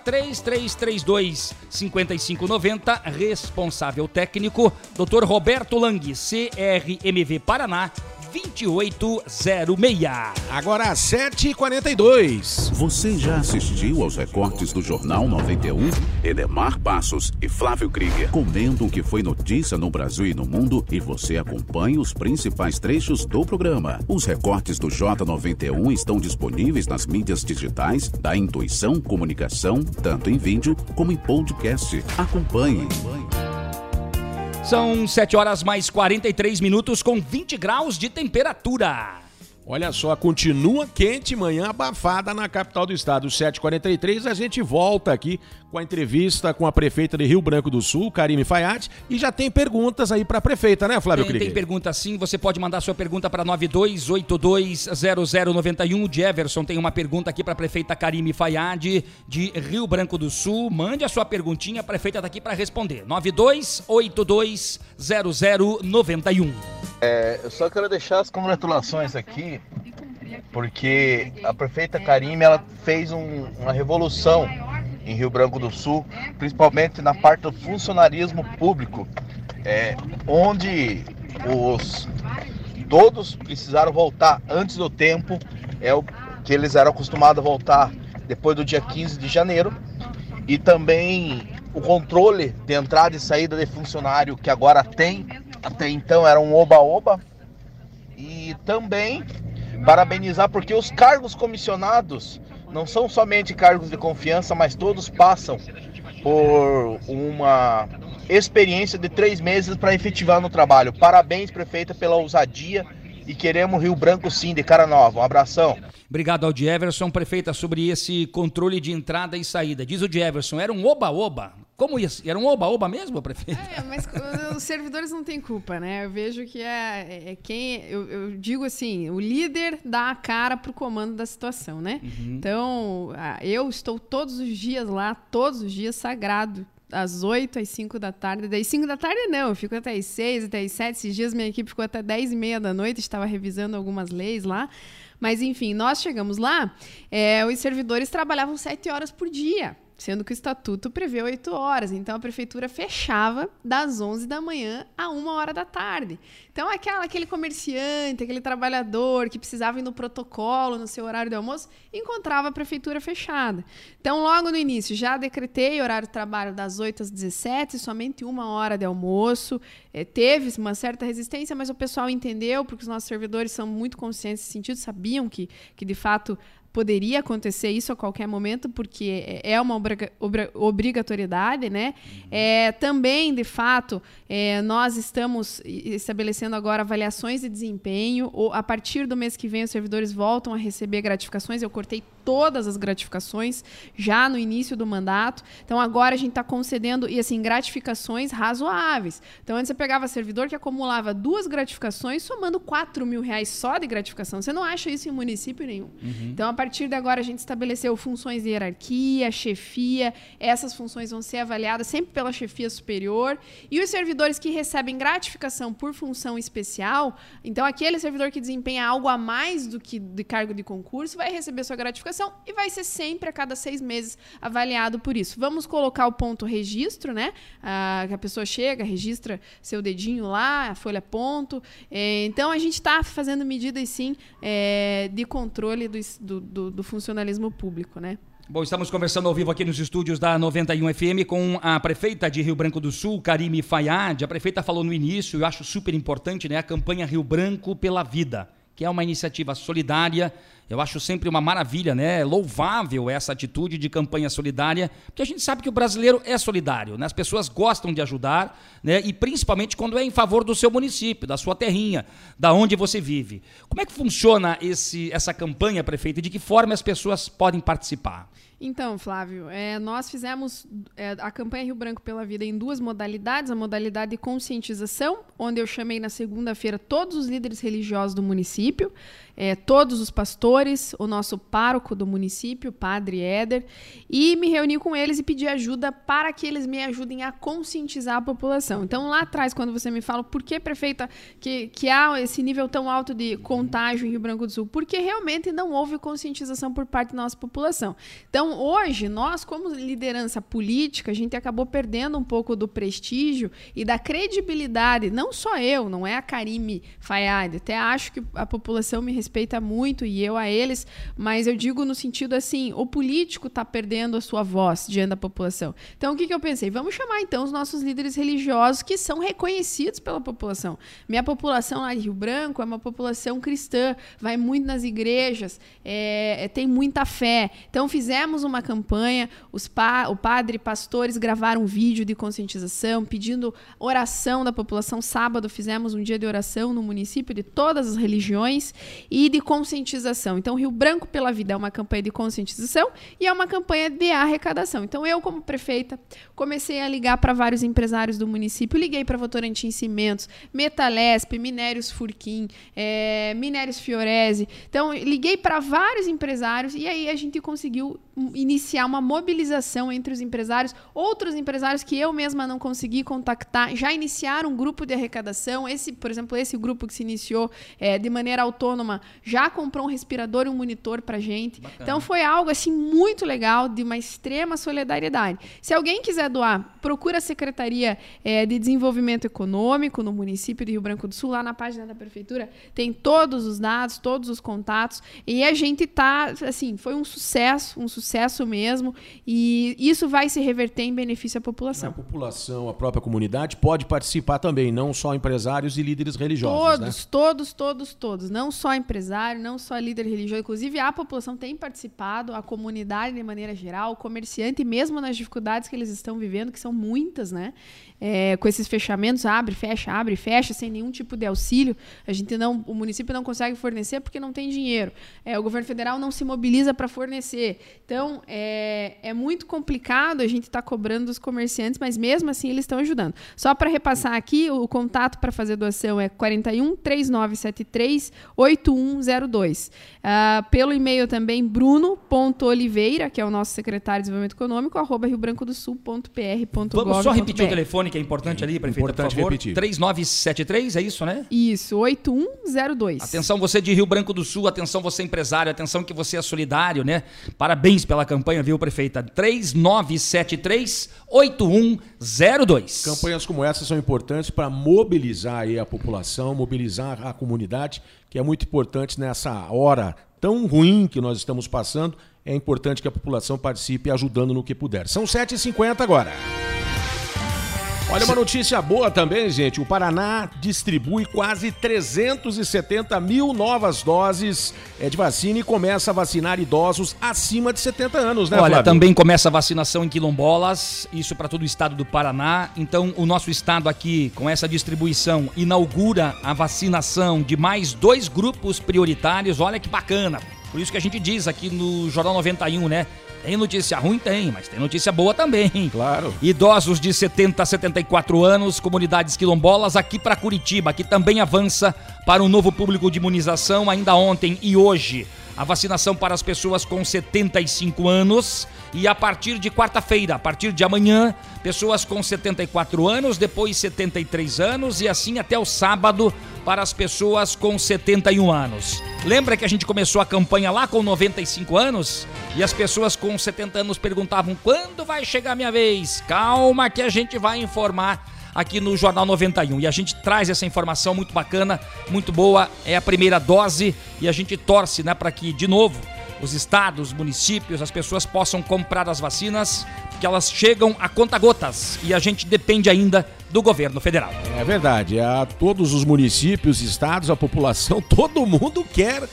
[SPEAKER 4] 3332-5590. Responsável técnico, Dr. Roberto Lang, CRMV Paraná, 2806.
[SPEAKER 2] Agora 7h42.
[SPEAKER 17] Você já assistiu aos recortes do Jornal 91? Edemar Passos e Flávio Krieger comentam o que foi notícia no Brasil e no mundo, e você acompanha os principais trechos do programa. Os recortes do J91 estão disponíveis nas mídias digitais da Intuição Comunicação, tanto em vídeo como em podcast. Acompanhe.
[SPEAKER 4] São 7 horas mais 43 minutos com 20 graus de temperatura.
[SPEAKER 2] Olha só, continua quente, manhã abafada na capital do estado. 7h43, a gente volta aqui com a entrevista com a prefeita de Rio Branco do Sul, Karine Fayad, e já tem perguntas aí para a prefeita, né, Flávio Krieger?
[SPEAKER 4] Tem pergunta sim, você pode mandar sua pergunta para 92820091. O Jefferson tem uma pergunta aqui para a prefeita Karine Fayad de Rio Branco do Sul. Mande a sua perguntinha, a prefeita está aqui para responder. 92820091.
[SPEAKER 10] Eu só quero deixar as congratulações aqui, porque a prefeita Karine, ela fez uma revolução em Rio Branco do Sul, principalmente na parte do funcionarismo público, onde todos precisaram voltar antes do tempo, o que eles eram acostumados a voltar depois do dia 15 de janeiro, e também o controle de entrada e saída de funcionário que agora tem. Até então era um oba-oba. E também parabenizar porque os cargos comissionados não são somente cargos de confiança, mas todos passam por uma experiência de 3 meses para efetivar no trabalho. Parabéns, prefeita, pela ousadia e queremos Rio Branco sim, de cara nova. Um abração.
[SPEAKER 4] Obrigado ao Everson, prefeita, sobre esse controle de entrada e saída. Diz o Everson, era um oba-oba. Como isso? Era um oba-oba mesmo, prefeita?
[SPEAKER 15] Mas os servidores não têm culpa, né? Eu vejo que é quem... Eu digo assim, o líder dá a cara pro comando da situação, né? Uhum. Então, eu estou todos os dias lá, todos os dias, sagrado. Das 8 às 5 da tarde. Das 5 da tarde não, eu fico até às 6, até às 7. Esses dias minha equipe ficou até 10h30 da noite, estava revisando algumas leis lá. Mas enfim, nós chegamos lá, os servidores trabalhavam 7 horas por dia, sendo que o estatuto prevê 8 horas. Então a prefeitura fechava das 11 da manhã a 1 hora da tarde. Então aquele comerciante, aquele trabalhador que precisava ir no protocolo, no seu horário de almoço, encontrava a prefeitura fechada. Então logo no início já decretei horário de trabalho das 8 às 17, somente 1 hora de almoço. Teve uma certa resistência, mas o pessoal entendeu, porque os nossos servidores são muito conscientes nesse sentido, sabiam que de fato poderia acontecer isso a qualquer momento, porque é uma obrigatoriedade, né? Também, de fato, nós estamos estabelecendo agora avaliações de desempenho. A partir do mês que vem, os servidores voltam a receber gratificações. Eu cortei todas as gratificações já no início do mandato. Então, agora a gente está concedendo, e assim, gratificações razoáveis. Então, antes você pegava servidor que acumulava 2 gratificações, somando R$4.000 só de gratificação. Você não acha isso em município nenhum. Uhum. Então, a partir de agora, a gente estabeleceu funções de hierarquia, chefia. Essas funções vão ser avaliadas sempre pela chefia superior. E os servidores que recebem gratificação por função especial, então aquele servidor que desempenha algo a mais do que de cargo de concurso, vai receber sua gratificação e vai ser sempre a cada 6 meses avaliado por isso. Vamos colocar o ponto registro, né? Que a pessoa chega, registra seu dedinho lá, a folha ponto. Então, a gente está fazendo medidas, sim, de controle do funcionalismo público, né?
[SPEAKER 4] Bom, estamos conversando ao vivo aqui nos estúdios da 91 FM com a prefeita de Rio Branco do Sul, Karime Fayad. A prefeita falou no início, eu acho super importante, né? A campanha Rio Branco pela Vida, que é uma iniciativa solidária. Eu acho sempre uma maravilha, né? Louvável essa atitude de campanha solidária, porque a gente sabe que o brasileiro é solidário, né? As pessoas gostam de ajudar, né? E principalmente quando é em favor do seu município, da sua terrinha, da onde você vive. Como é que funciona essa campanha, prefeito, e de que forma as pessoas podem participar?
[SPEAKER 15] Então, Flávio, nós fizemos a campanha Rio Branco pela Vida em 2 modalidades. A modalidade de conscientização, onde eu chamei na segunda-feira todos os líderes religiosos do município, todos os pastores, o nosso pároco do município, o Padre Éder, e me reuni com eles e pedi ajuda para que eles me ajudem a conscientizar a população. Então, lá atrás, quando você me fala por que, prefeita, que há esse nível tão alto de contágio em Rio Branco do Sul, porque realmente não houve conscientização por parte da nossa população. Então, hoje, nós, como liderança política, a gente acabou perdendo um pouco do prestígio e da credibilidade. Não só eu, não é a Karime Fayad. Até acho que a população me respeita muito e eu a eles, mas eu digo no sentido assim, o político está perdendo a sua voz diante da população. Então, o que eu pensei? Vamos chamar, então, os nossos líderes religiosos que são reconhecidos pela população. Minha população lá de Rio Branco é uma população cristã, vai muito nas igrejas, tem muita fé. Então, fizemos uma campanha, o padre e pastores gravaram um vídeo de conscientização, pedindo oração da população. Sábado fizemos um dia de oração no município de todas as religiões e de conscientização. Então, Rio Branco pela Vida é uma campanha de conscientização e é uma campanha de arrecadação. Então, eu, como prefeita, comecei a ligar para vários empresários do município. Liguei para Votorantim Cimentos, Metalesp, Minérios Furquim, Minérios Fiorese. Então, liguei para vários empresários e aí a gente conseguiu iniciar uma mobilização entre os empresários. Outros empresários que eu mesma não consegui contactar já iniciaram um grupo de arrecadação. Por exemplo, esse grupo que se iniciou de maneira autônoma já comprou um respirador e um monitor pra gente. Bacana. Então foi algo assim muito legal, de uma extrema solidariedade. Se alguém quiser doar, procura a Secretaria de Desenvolvimento Econômico no município de Rio Branco do Sul, lá na página da prefeitura tem todos os dados, todos os contatos, e a gente tá, assim, foi um sucesso sucesso mesmo, e isso vai se reverter em benefício à população.
[SPEAKER 2] A população, a própria comunidade pode participar também, não só empresários e líderes religiosos,
[SPEAKER 15] Todos, não só empresário, não só líder religioso, inclusive a população tem participado, a comunidade de maneira geral, o comerciante, mesmo nas dificuldades que eles estão vivendo, que são muitas, né? Com esses fechamentos, abre, fecha, sem nenhum tipo de auxílio, o município não consegue fornecer porque não tem dinheiro, o governo federal não se mobiliza para fornecer, então é muito complicado a gente estar cobrando dos comerciantes, mas mesmo assim eles estão ajudando. Só para repassar aqui, o contato para fazer doação é 41 3973 8102. Pelo e-mail também, bruno.oliveira, que é o nosso secretário de Desenvolvimento Econômico, @riobrancodosul.pr.gov.br.
[SPEAKER 4] Vamos só repetir o telefone que é importante ali, prefeita,
[SPEAKER 2] importante,
[SPEAKER 4] por favor.
[SPEAKER 2] repetir.
[SPEAKER 4] 3973, é isso, né?
[SPEAKER 15] Isso, 8102.
[SPEAKER 4] Atenção você de Rio Branco do Sul, atenção você empresário, atenção que você é solidário, né? Parabéns pela campanha, viu, prefeita? 3973-8102.
[SPEAKER 2] Campanhas como essas são importantes para mobilizar aí a população, mobilizar a comunidade, que é muito importante nessa hora tão ruim que nós estamos passando. É importante que a população participe ajudando no que puder. São 7h50 agora. Olha, uma notícia boa também, gente. O Paraná distribui quase 370 mil novas doses de vacina e começa a vacinar idosos acima de 70 anos, né,
[SPEAKER 4] Olha,
[SPEAKER 2] Flávio?
[SPEAKER 4] também começa a vacinação em quilombolas, isso para todo o estado do Paraná. Então, o nosso estado aqui, com essa distribuição, inaugura a vacinação de mais 2 grupos prioritários. Olha que bacana. Por isso que a gente diz aqui no Jornal 91, né? Tem notícia ruim? Tem, mas tem notícia boa também.
[SPEAKER 2] Claro.
[SPEAKER 4] Idosos de 70 a 74 anos, comunidades quilombolas aqui para Curitiba, que também avança para um novo público de imunização ainda ontem e hoje. A vacinação para as pessoas com 75 anos e a partir de quarta-feira, a partir de amanhã, pessoas com 74 anos, depois 73 anos e assim até o sábado para as pessoas com 71 anos. Lembra que a gente começou a campanha lá com 95 anos? E as pessoas com 70 anos perguntavam, quando vai chegar a minha vez? Calma que a gente vai informar aqui no Jornal 91. E a gente traz essa informação muito bacana, muito boa. É a primeira dose e a gente torce, né, para que, de novo, os estados, os municípios, as pessoas possam comprar as vacinas, que elas chegam a conta-gotas e a gente depende ainda do governo federal.
[SPEAKER 2] É verdade. A todos os municípios, estados, a população, todo mundo quer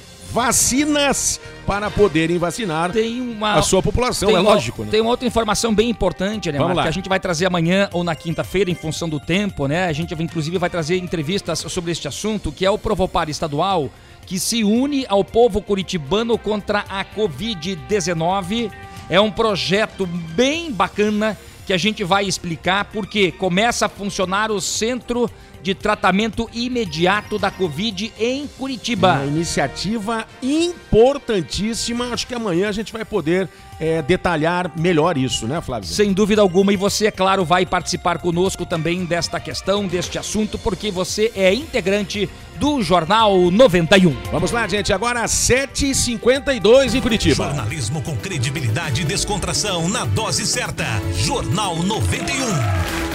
[SPEAKER 2] vacinas para poderem vacinar a sua população, é lógico, né?
[SPEAKER 4] Tem uma outra informação bem importante, né,
[SPEAKER 2] Vamos lá.
[SPEAKER 4] que a gente vai trazer amanhã ou na quinta-feira, em função do tempo, né? A gente inclusive vai trazer entrevistas sobre este assunto, que é o Provopar estadual, que se une ao povo curitibano contra a Covid-19. É um projeto bem bacana que a gente vai explicar, porque começa a funcionar o Centro de Tratamento Imediato da Covid em Curitiba.
[SPEAKER 2] Uma iniciativa importantíssima. Acho que amanhã a gente vai poder detalhar melhor isso, né, Flávio?
[SPEAKER 4] Sem dúvida alguma. E você, é claro, vai participar conosco também desta questão, deste assunto, porque você é integrante do Jornal 91.
[SPEAKER 2] Vamos lá, gente. Agora 7h52 em Curitiba.
[SPEAKER 14] Jornalismo com credibilidade e descontração na dose certa. Jornal 91.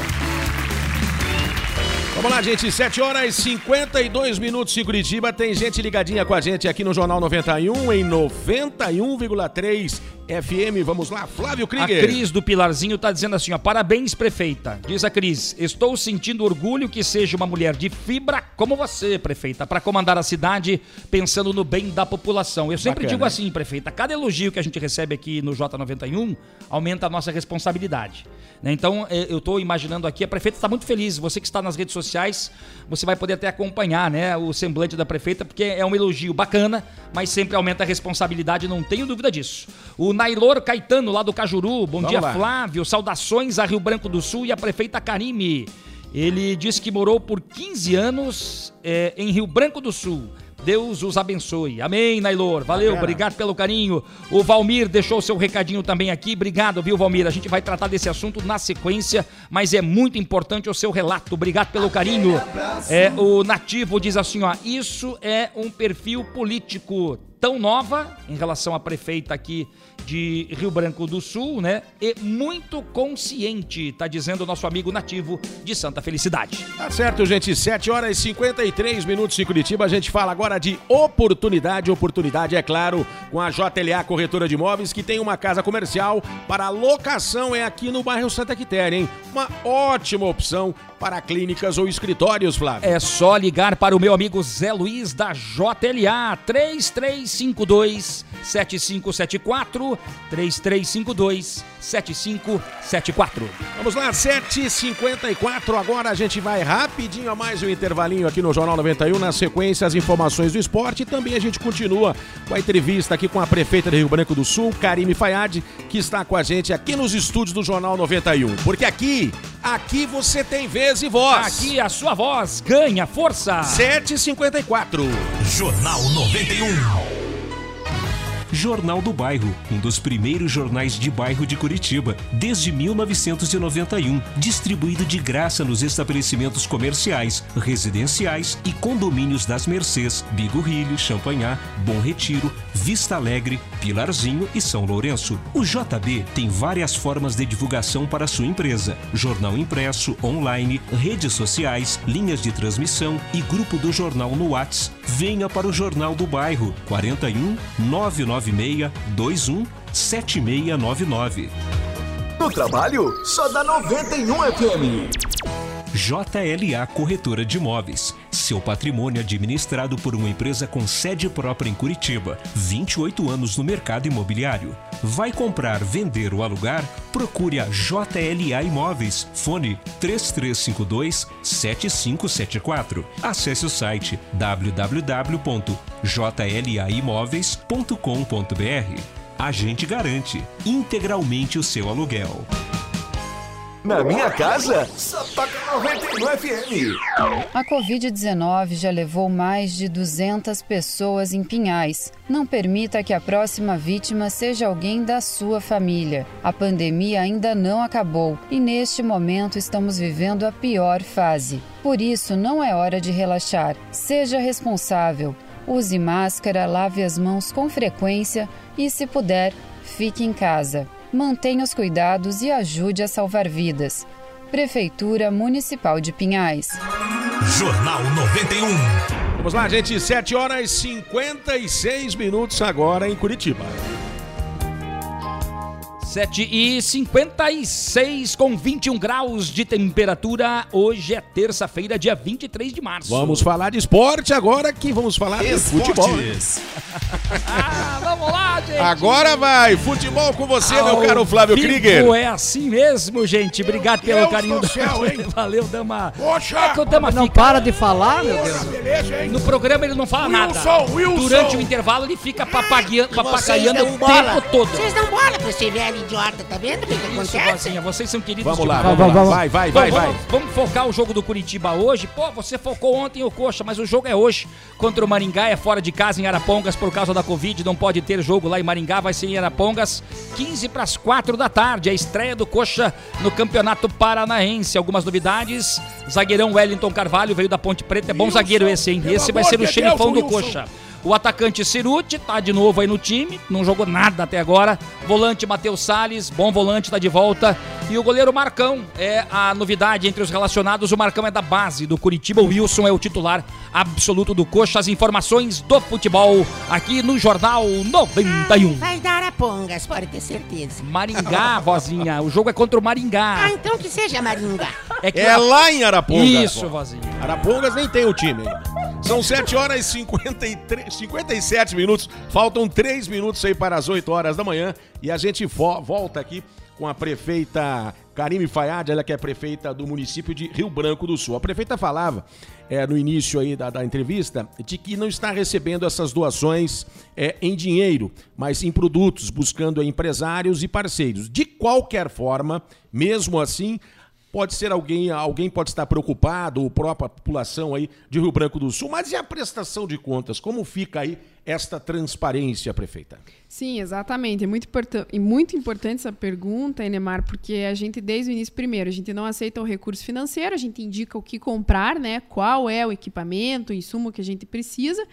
[SPEAKER 2] Vamos lá, gente, 7h52 em Curitiba, tem gente ligadinha com a gente aqui no Jornal 91, em 91,3 FM. Vamos lá, Flávio Krieger.
[SPEAKER 4] A Cris do Pilarzinho tá dizendo assim, ó, parabéns, prefeita. Diz a Cris, estou sentindo orgulho que seja uma mulher de fibra como você, prefeita, para comandar a cidade pensando no bem da população. Eu sempre digo assim, prefeita, cada elogio que a gente recebe aqui no J91 aumenta a nossa responsabilidade, né? Então, eu tô imaginando aqui, a prefeita está muito feliz, você que está nas redes sociais, você vai poder até acompanhar, né, o semblante da prefeita, porque é um elogio bacana, mas sempre aumenta a responsabilidade, não tenho dúvida disso. O Nailor Caetano, lá do Cajuru, bom dia, Flávio, saudações a Rio Branco do Sul e a prefeita Karime. Ele disse que morou por 15 anos em Rio Branco do Sul. Deus os abençoe. Amém, Nailor. Valeu, obrigado pelo carinho. O Valmir deixou seu recadinho também aqui. Obrigado, viu, Valmir? A gente vai tratar desse assunto na sequência, mas é muito importante o seu relato. Obrigado pelo carinho. O Nativo diz assim, ó, isso é um perfil político. tão nova em relação à prefeita aqui de Rio Branco do Sul, né? E muito consciente, tá dizendo o nosso amigo nativo de Santa Felicidade.
[SPEAKER 2] Tá certo, gente. 7 horas e 53 minutos em Curitiba. A gente fala agora de oportunidade. Oportunidade, é claro, com a JLA Corretora de Imóveis, que tem uma casa comercial para locação. É aqui no bairro Santa Quitéria, hein? Uma ótima opção para clínicas ou escritórios, Flávio.
[SPEAKER 4] É só ligar para o meu amigo Zé Luiz da JLA, 3352-7574, 3352-7574.
[SPEAKER 2] Vamos lá, 7h54, agora a gente vai rapidinho a mais um intervalinho aqui no Jornal 91, na sequência as informações do esporte e também a gente continua com a entrevista aqui com a prefeita de Rio Branco do Sul, Karime Fayad, que está com a gente aqui nos estúdios do Jornal 91, porque aqui você tem vez e voz.
[SPEAKER 4] Aqui a sua voz ganha força.
[SPEAKER 2] 7h54.
[SPEAKER 14] Jornal 91.
[SPEAKER 9] Jornal do Bairro, um dos primeiros jornais de bairro de Curitiba, desde 1991, distribuído de graça nos estabelecimentos comerciais, residenciais e condomínios das Mercês, Bigorrilho, Champanhar, Bom Retiro, Vista Alegre, Pilarzinho e São Lourenço. O JB tem várias formas de divulgação para sua empresa: jornal impresso, online, redes sociais, linhas de transmissão e grupo do jornal no WhatsApp. Venha para o Jornal do Bairro, 41 996 21 7699.
[SPEAKER 11] No trabalho, só dá 91 FM.
[SPEAKER 9] JLA Corretora de Imóveis. Seu patrimônio administrado por uma empresa com sede própria em Curitiba. 28 anos no mercado imobiliário. Vai comprar, vender ou alugar? Procure a JLA Imóveis. Fone 3352-7574. Acesse o site www.jlaimoveis.com.br. A gente garante integralmente o seu aluguel.
[SPEAKER 11] Na minha casa, só toca 91 FM.
[SPEAKER 13] A Covid-19 já levou mais de 200 pessoas em Pinhais. Não permita que a próxima vítima seja alguém da sua família. A pandemia ainda não acabou e neste momento estamos vivendo a pior fase. Por isso, não é hora de relaxar. Seja responsável. Use máscara, lave as mãos com frequência e, se puder, fique em casa. Mantenha os cuidados e ajude a salvar vidas. Prefeitura Municipal de Pinhais.
[SPEAKER 14] Jornal 91.
[SPEAKER 2] Vamos lá, gente. 7 horas e 56 minutos agora em Curitiba.
[SPEAKER 4] 7h56 com 21 graus de temperatura. Hoje é terça-feira, dia 23 de março.
[SPEAKER 2] Vamos falar de esporte agora, que vamos falar de futebol.
[SPEAKER 4] Vamos lá, gente.
[SPEAKER 2] Agora vai, futebol com você, meu caro Flávio Krieger.
[SPEAKER 4] É assim mesmo, gente. Obrigado pelo carinho do céu, hein? Valeu, Dama.
[SPEAKER 5] Poxa,
[SPEAKER 4] é que o Dama
[SPEAKER 3] não para de falar, meu Deus.
[SPEAKER 5] Beleza, hein?
[SPEAKER 4] No programa ele não fala nada.
[SPEAKER 5] Wilson.
[SPEAKER 4] Durante o intervalo ele fica papagaiando o tempo todo.
[SPEAKER 6] Vocês dão bola pra esse velho idiota, tá vendo o que acontece?
[SPEAKER 4] Rosinha, vocês são queridos.
[SPEAKER 2] Vamos lá,
[SPEAKER 4] demais.
[SPEAKER 2] vamos lá. Vai.
[SPEAKER 4] Vamos focar o jogo do Curitiba hoje. Pô, você focou ontem o Coxa, mas o jogo é hoje contra o Maringá, é fora de casa em Arapongas por causa da Covid, não pode ter jogo lá em Maringá, vai ser em Arapongas, 15:45 da tarde, a estreia do Coxa no Campeonato Paranaense. Algumas novidades: zagueirão Wellington Carvalho veio da Ponte Preta, é bom zagueiro esse, hein? Esse vai ser o xerifão do Coxa. O atacante Ciruti tá de novo aí no time, não jogou nada até agora. Volante Matheus Salles, bom volante, tá de volta. E o goleiro Marcão é a novidade entre os relacionados. O Marcão é da base do Curitiba, o Wilson é o titular absoluto do Coxa. As informações do futebol aqui no Jornal 91.
[SPEAKER 6] Vai dar Arapongas, pode ter certeza.
[SPEAKER 4] Maringá, vozinha, o jogo é contra o Maringá.
[SPEAKER 6] Ah, então que seja Maringá.
[SPEAKER 2] É lá em Arapongas.
[SPEAKER 4] Isso, vozinha.
[SPEAKER 2] Arapongas nem tem o time ainda. São 7 horas e 57 minutos. Faltam 3 minutos aí para as 8 horas da manhã. E a gente volta aqui com a prefeita Karime Fayad, ela que é prefeita do município de Rio Branco do Sul. A prefeita falava no início aí da entrevista de que não está recebendo essas doações em dinheiro, mas em produtos, buscando empresários e parceiros. De qualquer forma, mesmo assim, pode ser alguém pode estar preocupado, ou a própria população aí de Rio Branco do Sul, mas e a prestação de contas? Como fica aí esta transparência, prefeita?
[SPEAKER 15] Sim, exatamente. É muito importante essa pergunta, Enemar, porque a gente, desde o início, primeiro, a gente não aceita o recurso financeiro, a gente indica o que comprar, né? Qual é o equipamento, o insumo que a gente precisa.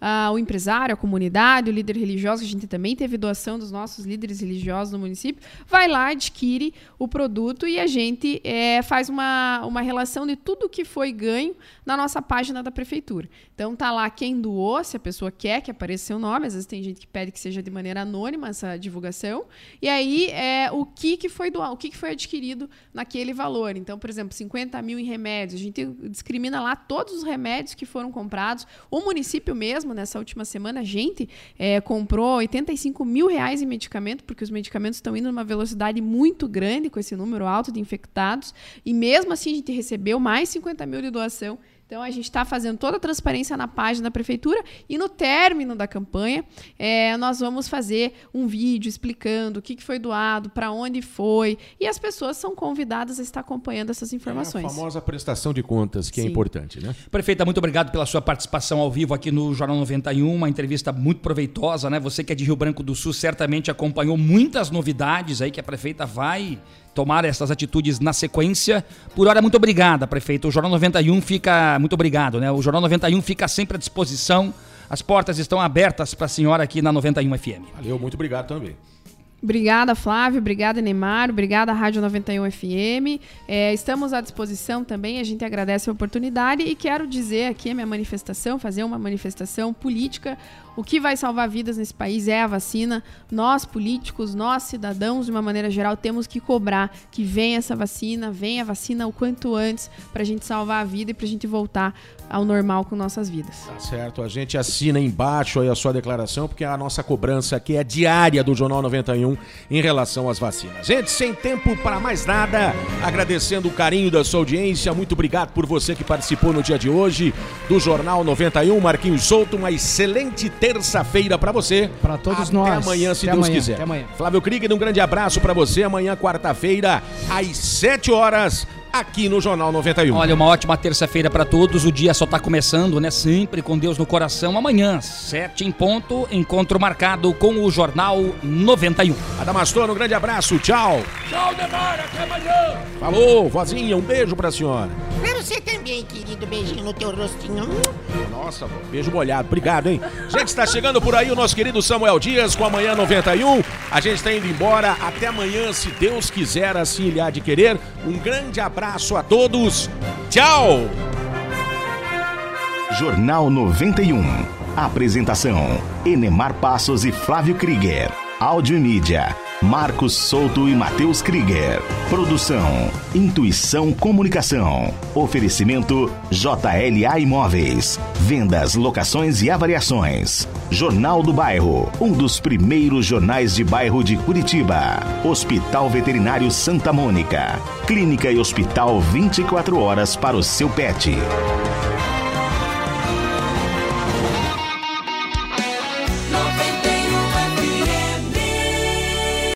[SPEAKER 15] O empresário, a comunidade, o líder religioso, a gente também teve doação dos nossos líderes religiosos no município, vai lá, adquire o produto e a gente faz uma relação de tudo que foi ganho na nossa página da prefeitura. Então tá lá quem doou, se a pessoa quer que apareça seu nome, às vezes tem gente que pede que seja de maneira anônima essa divulgação, e aí o que foi doado, o que foi adquirido naquele valor. Então, por exemplo, 50 mil em remédios, a gente discrimina lá todos os remédios que foram comprados. O município mesmo, nessa última semana, a gente comprou 85 mil reais em medicamento, porque os medicamentos estão indo numa velocidade muito grande com esse número alto de infectados, e mesmo assim a gente recebeu mais 50 mil de doação. Então, a gente está fazendo toda a transparência na página da prefeitura e no término da campanha, nós vamos fazer um vídeo explicando o que foi doado, para onde foi, e as pessoas são convidadas a estar acompanhando essas informações.
[SPEAKER 2] É a famosa prestação de contas, que
[SPEAKER 15] Sim.
[SPEAKER 2] é importante, né?
[SPEAKER 4] Prefeita, muito obrigado pela sua participação ao vivo aqui no Jornal 91, uma entrevista muito proveitosa, né? Você que é de Rio Branco do Sul certamente acompanhou muitas novidades aí que a prefeita vai tomar essas atitudes na sequência. Por hora, muito obrigada, prefeito. O Jornal 91 fica... Muito obrigado, né? O Jornal 91 fica sempre à disposição. As portas estão abertas para a senhora aqui na 91 FM.
[SPEAKER 2] Valeu, muito obrigado também.
[SPEAKER 15] Obrigada, Flávio. Obrigada, Neymar. Obrigada, Rádio 91 FM. Estamos à disposição também. A gente agradece a oportunidade e quero dizer aqui a minha manifestação, fazer uma manifestação política. O que vai salvar vidas nesse país é a vacina. Nós, políticos, nós, cidadãos, de uma maneira geral, temos que cobrar que venha essa vacina, venha a vacina o quanto antes, para a gente salvar a vida e para a gente voltar ao normal com nossas vidas.
[SPEAKER 2] Tá certo, a gente assina embaixo aí a sua declaração, porque a nossa cobrança aqui é diária do Jornal 91 em relação às vacinas. Gente, sem tempo para mais nada, agradecendo o carinho da sua audiência, muito obrigado por você que participou no dia de hoje do Jornal 91. Marquinhos Souto, uma excelente terça-feira para você.
[SPEAKER 3] Para todos nós.
[SPEAKER 2] Até amanhã, se Deus quiser.
[SPEAKER 3] Até amanhã.
[SPEAKER 2] Flávio Krieger, um grande abraço para você. Amanhã, quarta-feira, às 7 horas, aqui no Jornal 91.
[SPEAKER 4] Olha, uma ótima terça-feira para todos. O dia só tá começando, né? Sempre com Deus no coração. Amanhã, 7 em ponto, encontro marcado com o Jornal 91.
[SPEAKER 2] Adamastor, um grande abraço. Tchau.
[SPEAKER 5] Tchau, Neymar. Até amanhã.
[SPEAKER 2] Falou, vozinha. Um beijo pra senhora.
[SPEAKER 6] Pra você também, querido. Beijinho no teu rostinho.
[SPEAKER 2] Nossa, beijo molhado. Obrigado, hein? Gente, está chegando por aí o nosso querido Samuel Dias com Amanhã 91. A gente está indo embora. Até amanhã, se Deus quiser, assim ele há de querer. Um grande abraço a todos. Tchau!
[SPEAKER 1] Jornal 91. Apresentação: Enemar Passos e Flávio Krieger. Áudio e mídia: Marcos Souto e Matheus Krieger. Produção: Intuição Comunicação. Oferecimento: JLA Imóveis. Vendas, locações e avaliações. Jornal do Bairro, um dos primeiros jornais de bairro de Curitiba. Hospital Veterinário Santa Mônica. Clínica e hospital 24 horas para o seu pet.